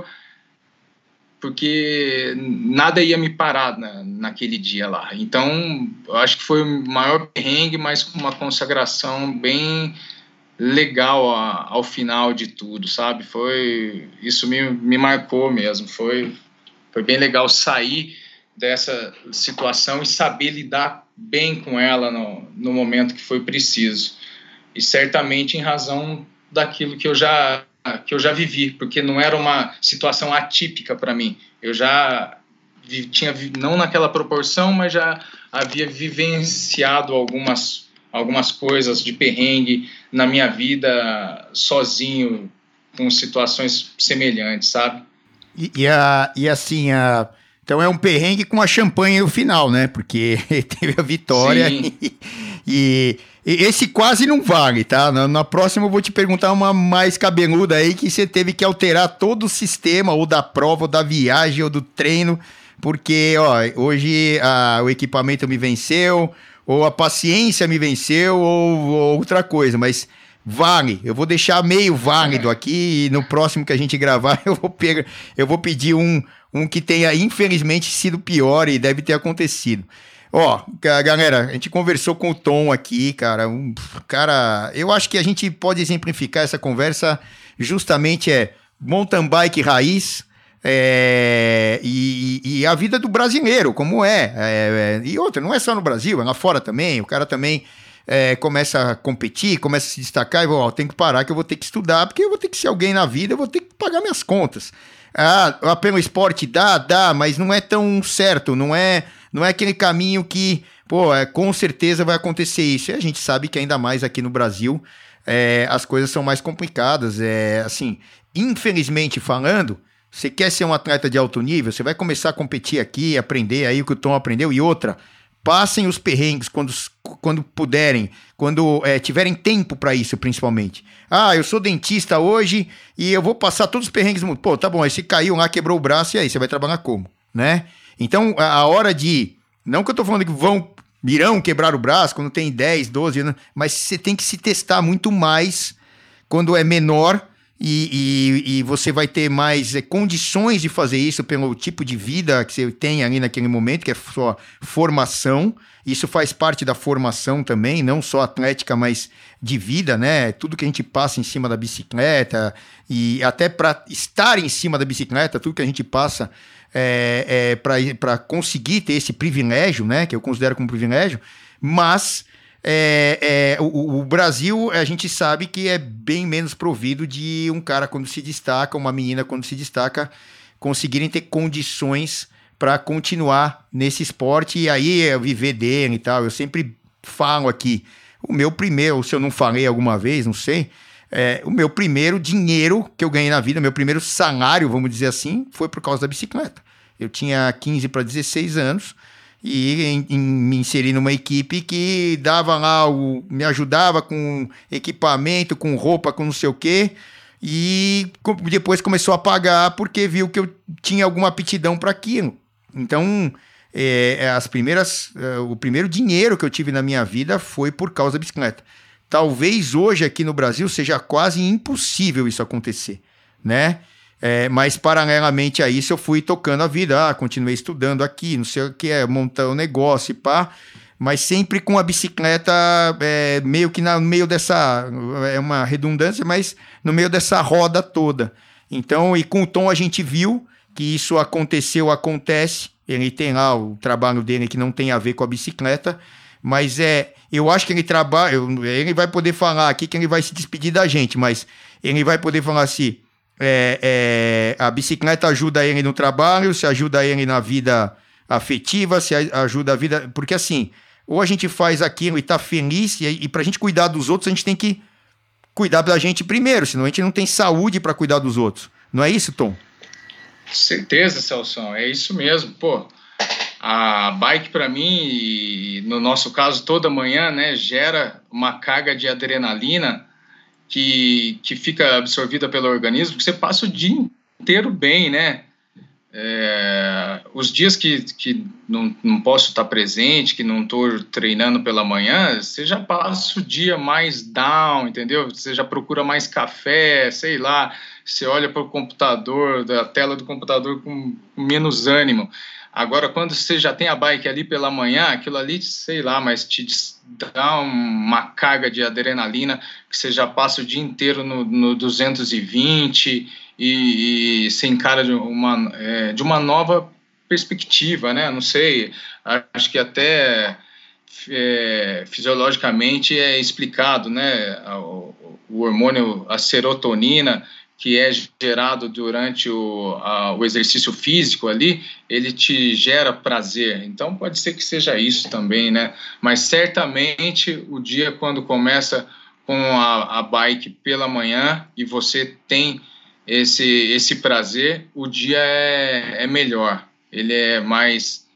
[SPEAKER 2] porque nada ia me parar naquele dia lá. Então, eu acho que foi o maior perrengue, mas com uma consagração bem legal ao final de tudo, sabe? Isso me marcou mesmo. Foi bem legal sair dessa situação e saber lidar bem com ela no momento que foi preciso. E certamente em razão daquilo que eu já vivi, porque não era uma situação atípica para mim. Eu já tinha, não naquela proporção, mas já havia vivenciado algumas coisas de perrengue na minha vida sozinho, com situações semelhantes, sabe?
[SPEAKER 1] E assim, então é um perrengue com a champanhe no final, né? Porque teve a vitória e esse quase não vale, tá? Na próxima eu vou te perguntar uma mais cabeluda aí, que você teve que alterar todo o sistema, ou da prova, ou da viagem, ou do treino, porque, hoje o equipamento me venceu, ou a paciência me venceu, ou outra coisa, mas vale. Eu vou deixar meio válido aqui, e no próximo que a gente gravar eu vou pedir um que tenha infelizmente sido pior e deve ter acontecido. Galera, a gente conversou com o Tom aqui, cara, eu acho que a gente pode exemplificar essa conversa justamente mountain bike raiz, e a vida do brasileiro, como e outra, não é só no Brasil, é lá fora também, o cara também começa a competir, começa a se destacar e tem que parar, que eu vou ter que estudar, porque eu vou ter que ser alguém na vida, eu vou ter que pagar minhas contas. Pelo esporte dá, mas não é tão certo, não é aquele caminho que, com certeza vai acontecer isso. E a gente sabe que ainda mais aqui no Brasil, as coisas são mais complicadas. Assim, infelizmente falando, você quer ser um atleta de alto nível, você vai começar a competir aqui, aprender aí o que o Tom aprendeu. E outra, passem os perrengues quando puderem, quando tiverem tempo para isso, principalmente. Eu sou dentista hoje e eu vou passar todos os perrengues do mundo. Tá bom, aí você caiu lá, quebrou o braço, e aí você vai trabalhar como, né? Então, a hora de... Não que eu tô falando que irão quebrar o braço quando tem 10, 12 anos, mas você tem que se testar muito mais quando é menor e você vai ter mais condições de fazer isso pelo tipo de vida que você tem ali naquele momento, que é sua formação. Isso faz parte da formação também, não só atlética, mas de vida, né? Tudo que a gente passa em cima da bicicleta e até para estar em cima da bicicleta, tudo que a gente passa para conseguir ter esse privilégio, né? Que eu considero como privilégio, mas... o Brasil, a gente sabe que é bem menos provido de um cara quando se destaca, uma menina quando se destaca, conseguirem ter condições para continuar nesse esporte e aí viver dele e tal. Eu sempre falo aqui, o meu primeiro, se eu não falei alguma vez, não sei, o meu primeiro dinheiro que eu ganhei na vida, meu primeiro salário, vamos dizer assim, foi por causa da bicicleta. Eu tinha 15 para 16 anos, e me inseri numa equipe que dava lá, me ajudava com equipamento, com roupa, com não sei o quê, e depois começou a pagar porque viu que eu tinha alguma aptidão para aquilo. Então, o primeiro dinheiro que eu tive na minha vida foi por causa da bicicleta. Talvez hoje aqui no Brasil seja quase impossível isso acontecer. né? Mas paralelamente a isso eu fui tocando a vida, continuei estudando aqui, não sei o que montar um negócio e pá, mas sempre com a bicicleta meio que no meio dessa, é uma redundância, mas no meio dessa roda toda. Então, e com o Tom a gente viu que isso acontece, ele tem lá o trabalho dele que não tem a ver com a bicicleta, mas eu acho que ele vai poder falar aqui que ele vai se despedir da gente, mas ele vai poder falar assim, a bicicleta ajuda ele no trabalho, se ajuda ele na vida afetiva, se ajuda a vida, porque assim, ou a gente faz aquilo e tá feliz, e pra gente cuidar dos outros, a gente tem que cuidar da gente primeiro, senão a gente não tem saúde para cuidar dos outros. Não é isso, Tom?
[SPEAKER 2] Certeza, Celção, é isso mesmo. Pô, a bike para mim, e no nosso caso toda manhã, né, gera uma carga de adrenalina que fica absorvida pelo organismo, que você passa o dia inteiro bem, né? Os dias que não posso estar presente, que não estou treinando pela manhã, você já passa o dia mais down, entendeu? Você já procura mais café, sei lá, você olha para o computador, da tela do computador com menos ânimo. Agora, quando você já tem a bike ali pela manhã, aquilo ali, sei lá, mas te dá uma carga de adrenalina que você já passa o dia inteiro no 220 e se encara de uma nova perspectiva, né? Não sei, acho que até fisiologicamente é explicado, né? O hormônio, a serotonina, que é gerado durante o exercício físico ali, ele te gera prazer. Então, pode ser que seja isso também, né? Mas, certamente, o dia, quando começa com a bike pela manhã e você tem esse prazer, o dia é melhor. Ele é mais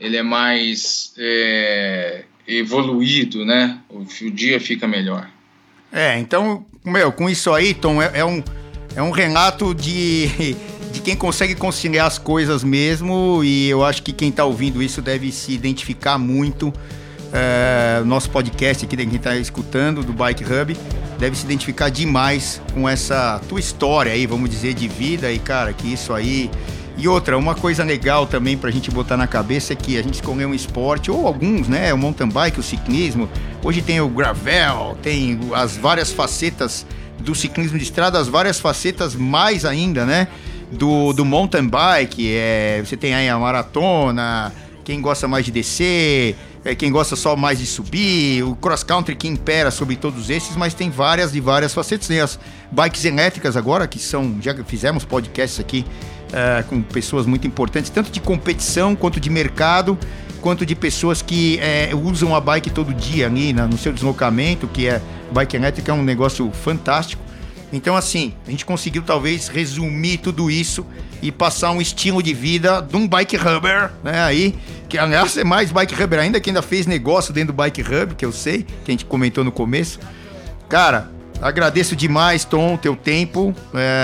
[SPEAKER 2] evoluído, né? O dia fica melhor.
[SPEAKER 1] Então, com isso aí, Tom, é um relato de quem consegue conciliar as coisas mesmo, e eu acho que quem está ouvindo isso deve se identificar muito. Nosso podcast aqui, quem está escutando, do Bike Hub, deve se identificar demais com essa tua história aí, vamos dizer, de vida, e cara, que isso aí... E outra, uma coisa legal também pra gente botar na cabeça é que a gente escolheu um esporte, ou alguns, né, o mountain bike, o ciclismo, hoje tem o gravel, tem as várias facetas do ciclismo de estrada, as várias facetas mais ainda, né, do mountain bike, você tem aí a maratona, quem gosta mais de descer, quem gosta só mais de subir, o cross country que impera sobre todos esses, mas tem várias facetas, tem as bikes elétricas agora, que já fizemos podcasts aqui com pessoas muito importantes, tanto de competição, quanto de mercado, quanto de pessoas que usam a bike todo dia ali no seu deslocamento, que bike elétrica é um negócio fantástico. Então, assim, a gente conseguiu talvez resumir tudo isso e passar um estilo de vida de um bike hubber, né, aí, que aliás é mais bike hubber ainda, que ainda fez negócio dentro do bike hub, que eu sei, que a gente comentou no começo. Cara, agradeço demais, Tom, teu tempo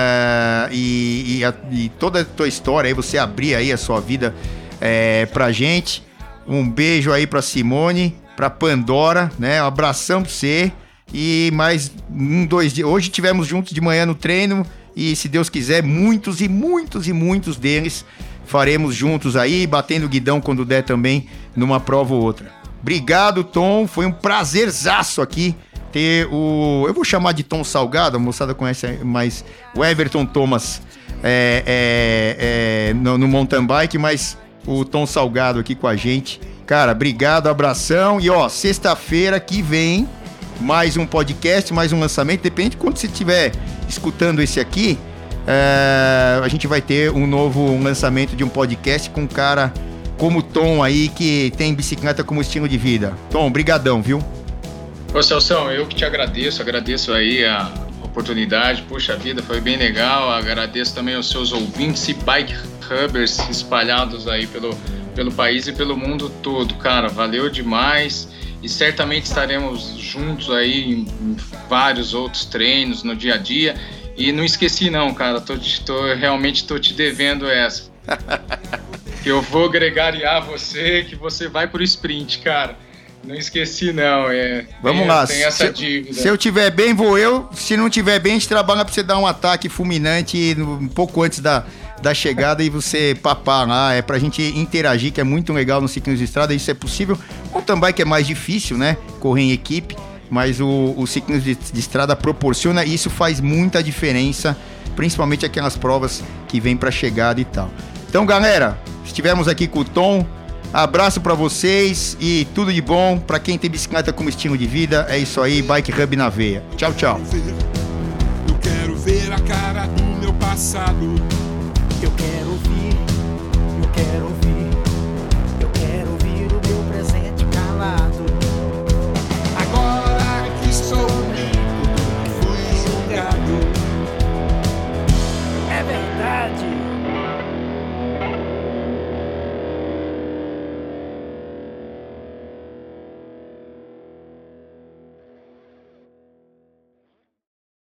[SPEAKER 1] e toda a tua história aí, você abrir aí a sua vida pra gente. Um beijo aí pra Simone, pra Pandora, né? Um abração pra você. E mais 2 dias. Hoje tivemos juntos de manhã no treino e, se Deus quiser, muitos e muitos e muitos deles faremos juntos aí, batendo guidão quando der também, numa prova ou outra. Obrigado, Tom. Foi um prazerzaço aqui ter eu vou chamar de Tom Salgado, a moçada conhece mais o Everton Thomas no mountain bike, mas o Tom Salgado aqui com a gente. Cara, obrigado, abração. E sexta-feira que vem, mais um podcast, mais um lançamento, depende de quando você estiver escutando esse aqui, a gente vai ter um novo lançamento de um podcast com um cara como o Tom aí, que tem bicicleta como estilo de vida. Tom, brigadão, viu?
[SPEAKER 2] Ô, Celção, eu que te agradeço aí a oportunidade, puxa vida, foi bem legal, agradeço também aos seus ouvintes e bike hubbers espalhados aí pelo país e pelo mundo todo, cara, valeu demais. E certamente estaremos juntos aí em vários outros treinos no dia a dia. E não esqueci não, cara, realmente tô te devendo essa. Que eu vou gregariar você, que você vai pro sprint, cara. Não esqueci, não.
[SPEAKER 1] Vamos lá.
[SPEAKER 2] Tem essa dívida.
[SPEAKER 1] Se eu tiver bem, vou eu. Se não tiver bem, a gente trabalha pra você dar um ataque fulminante um pouco antes da chegada e você papar lá. É pra gente interagir, que é muito legal no ciclismo de estrada. Isso é possível. O mountain bike é mais difícil, né? Correr em equipe. Mas o ciclismo de estrada proporciona e isso faz muita diferença. Principalmente aquelas provas que vêm pra chegada e tal. Então, galera, estivemos aqui com o Tom. Abraço pra vocês e tudo de bom pra quem tem bicicleta como estilo de vida. É isso aí, Bike Hub na veia. Tchau, tchau.
[SPEAKER 3] Eu quero ver a cara do meu passado.
[SPEAKER 4] Eu quero ouvir.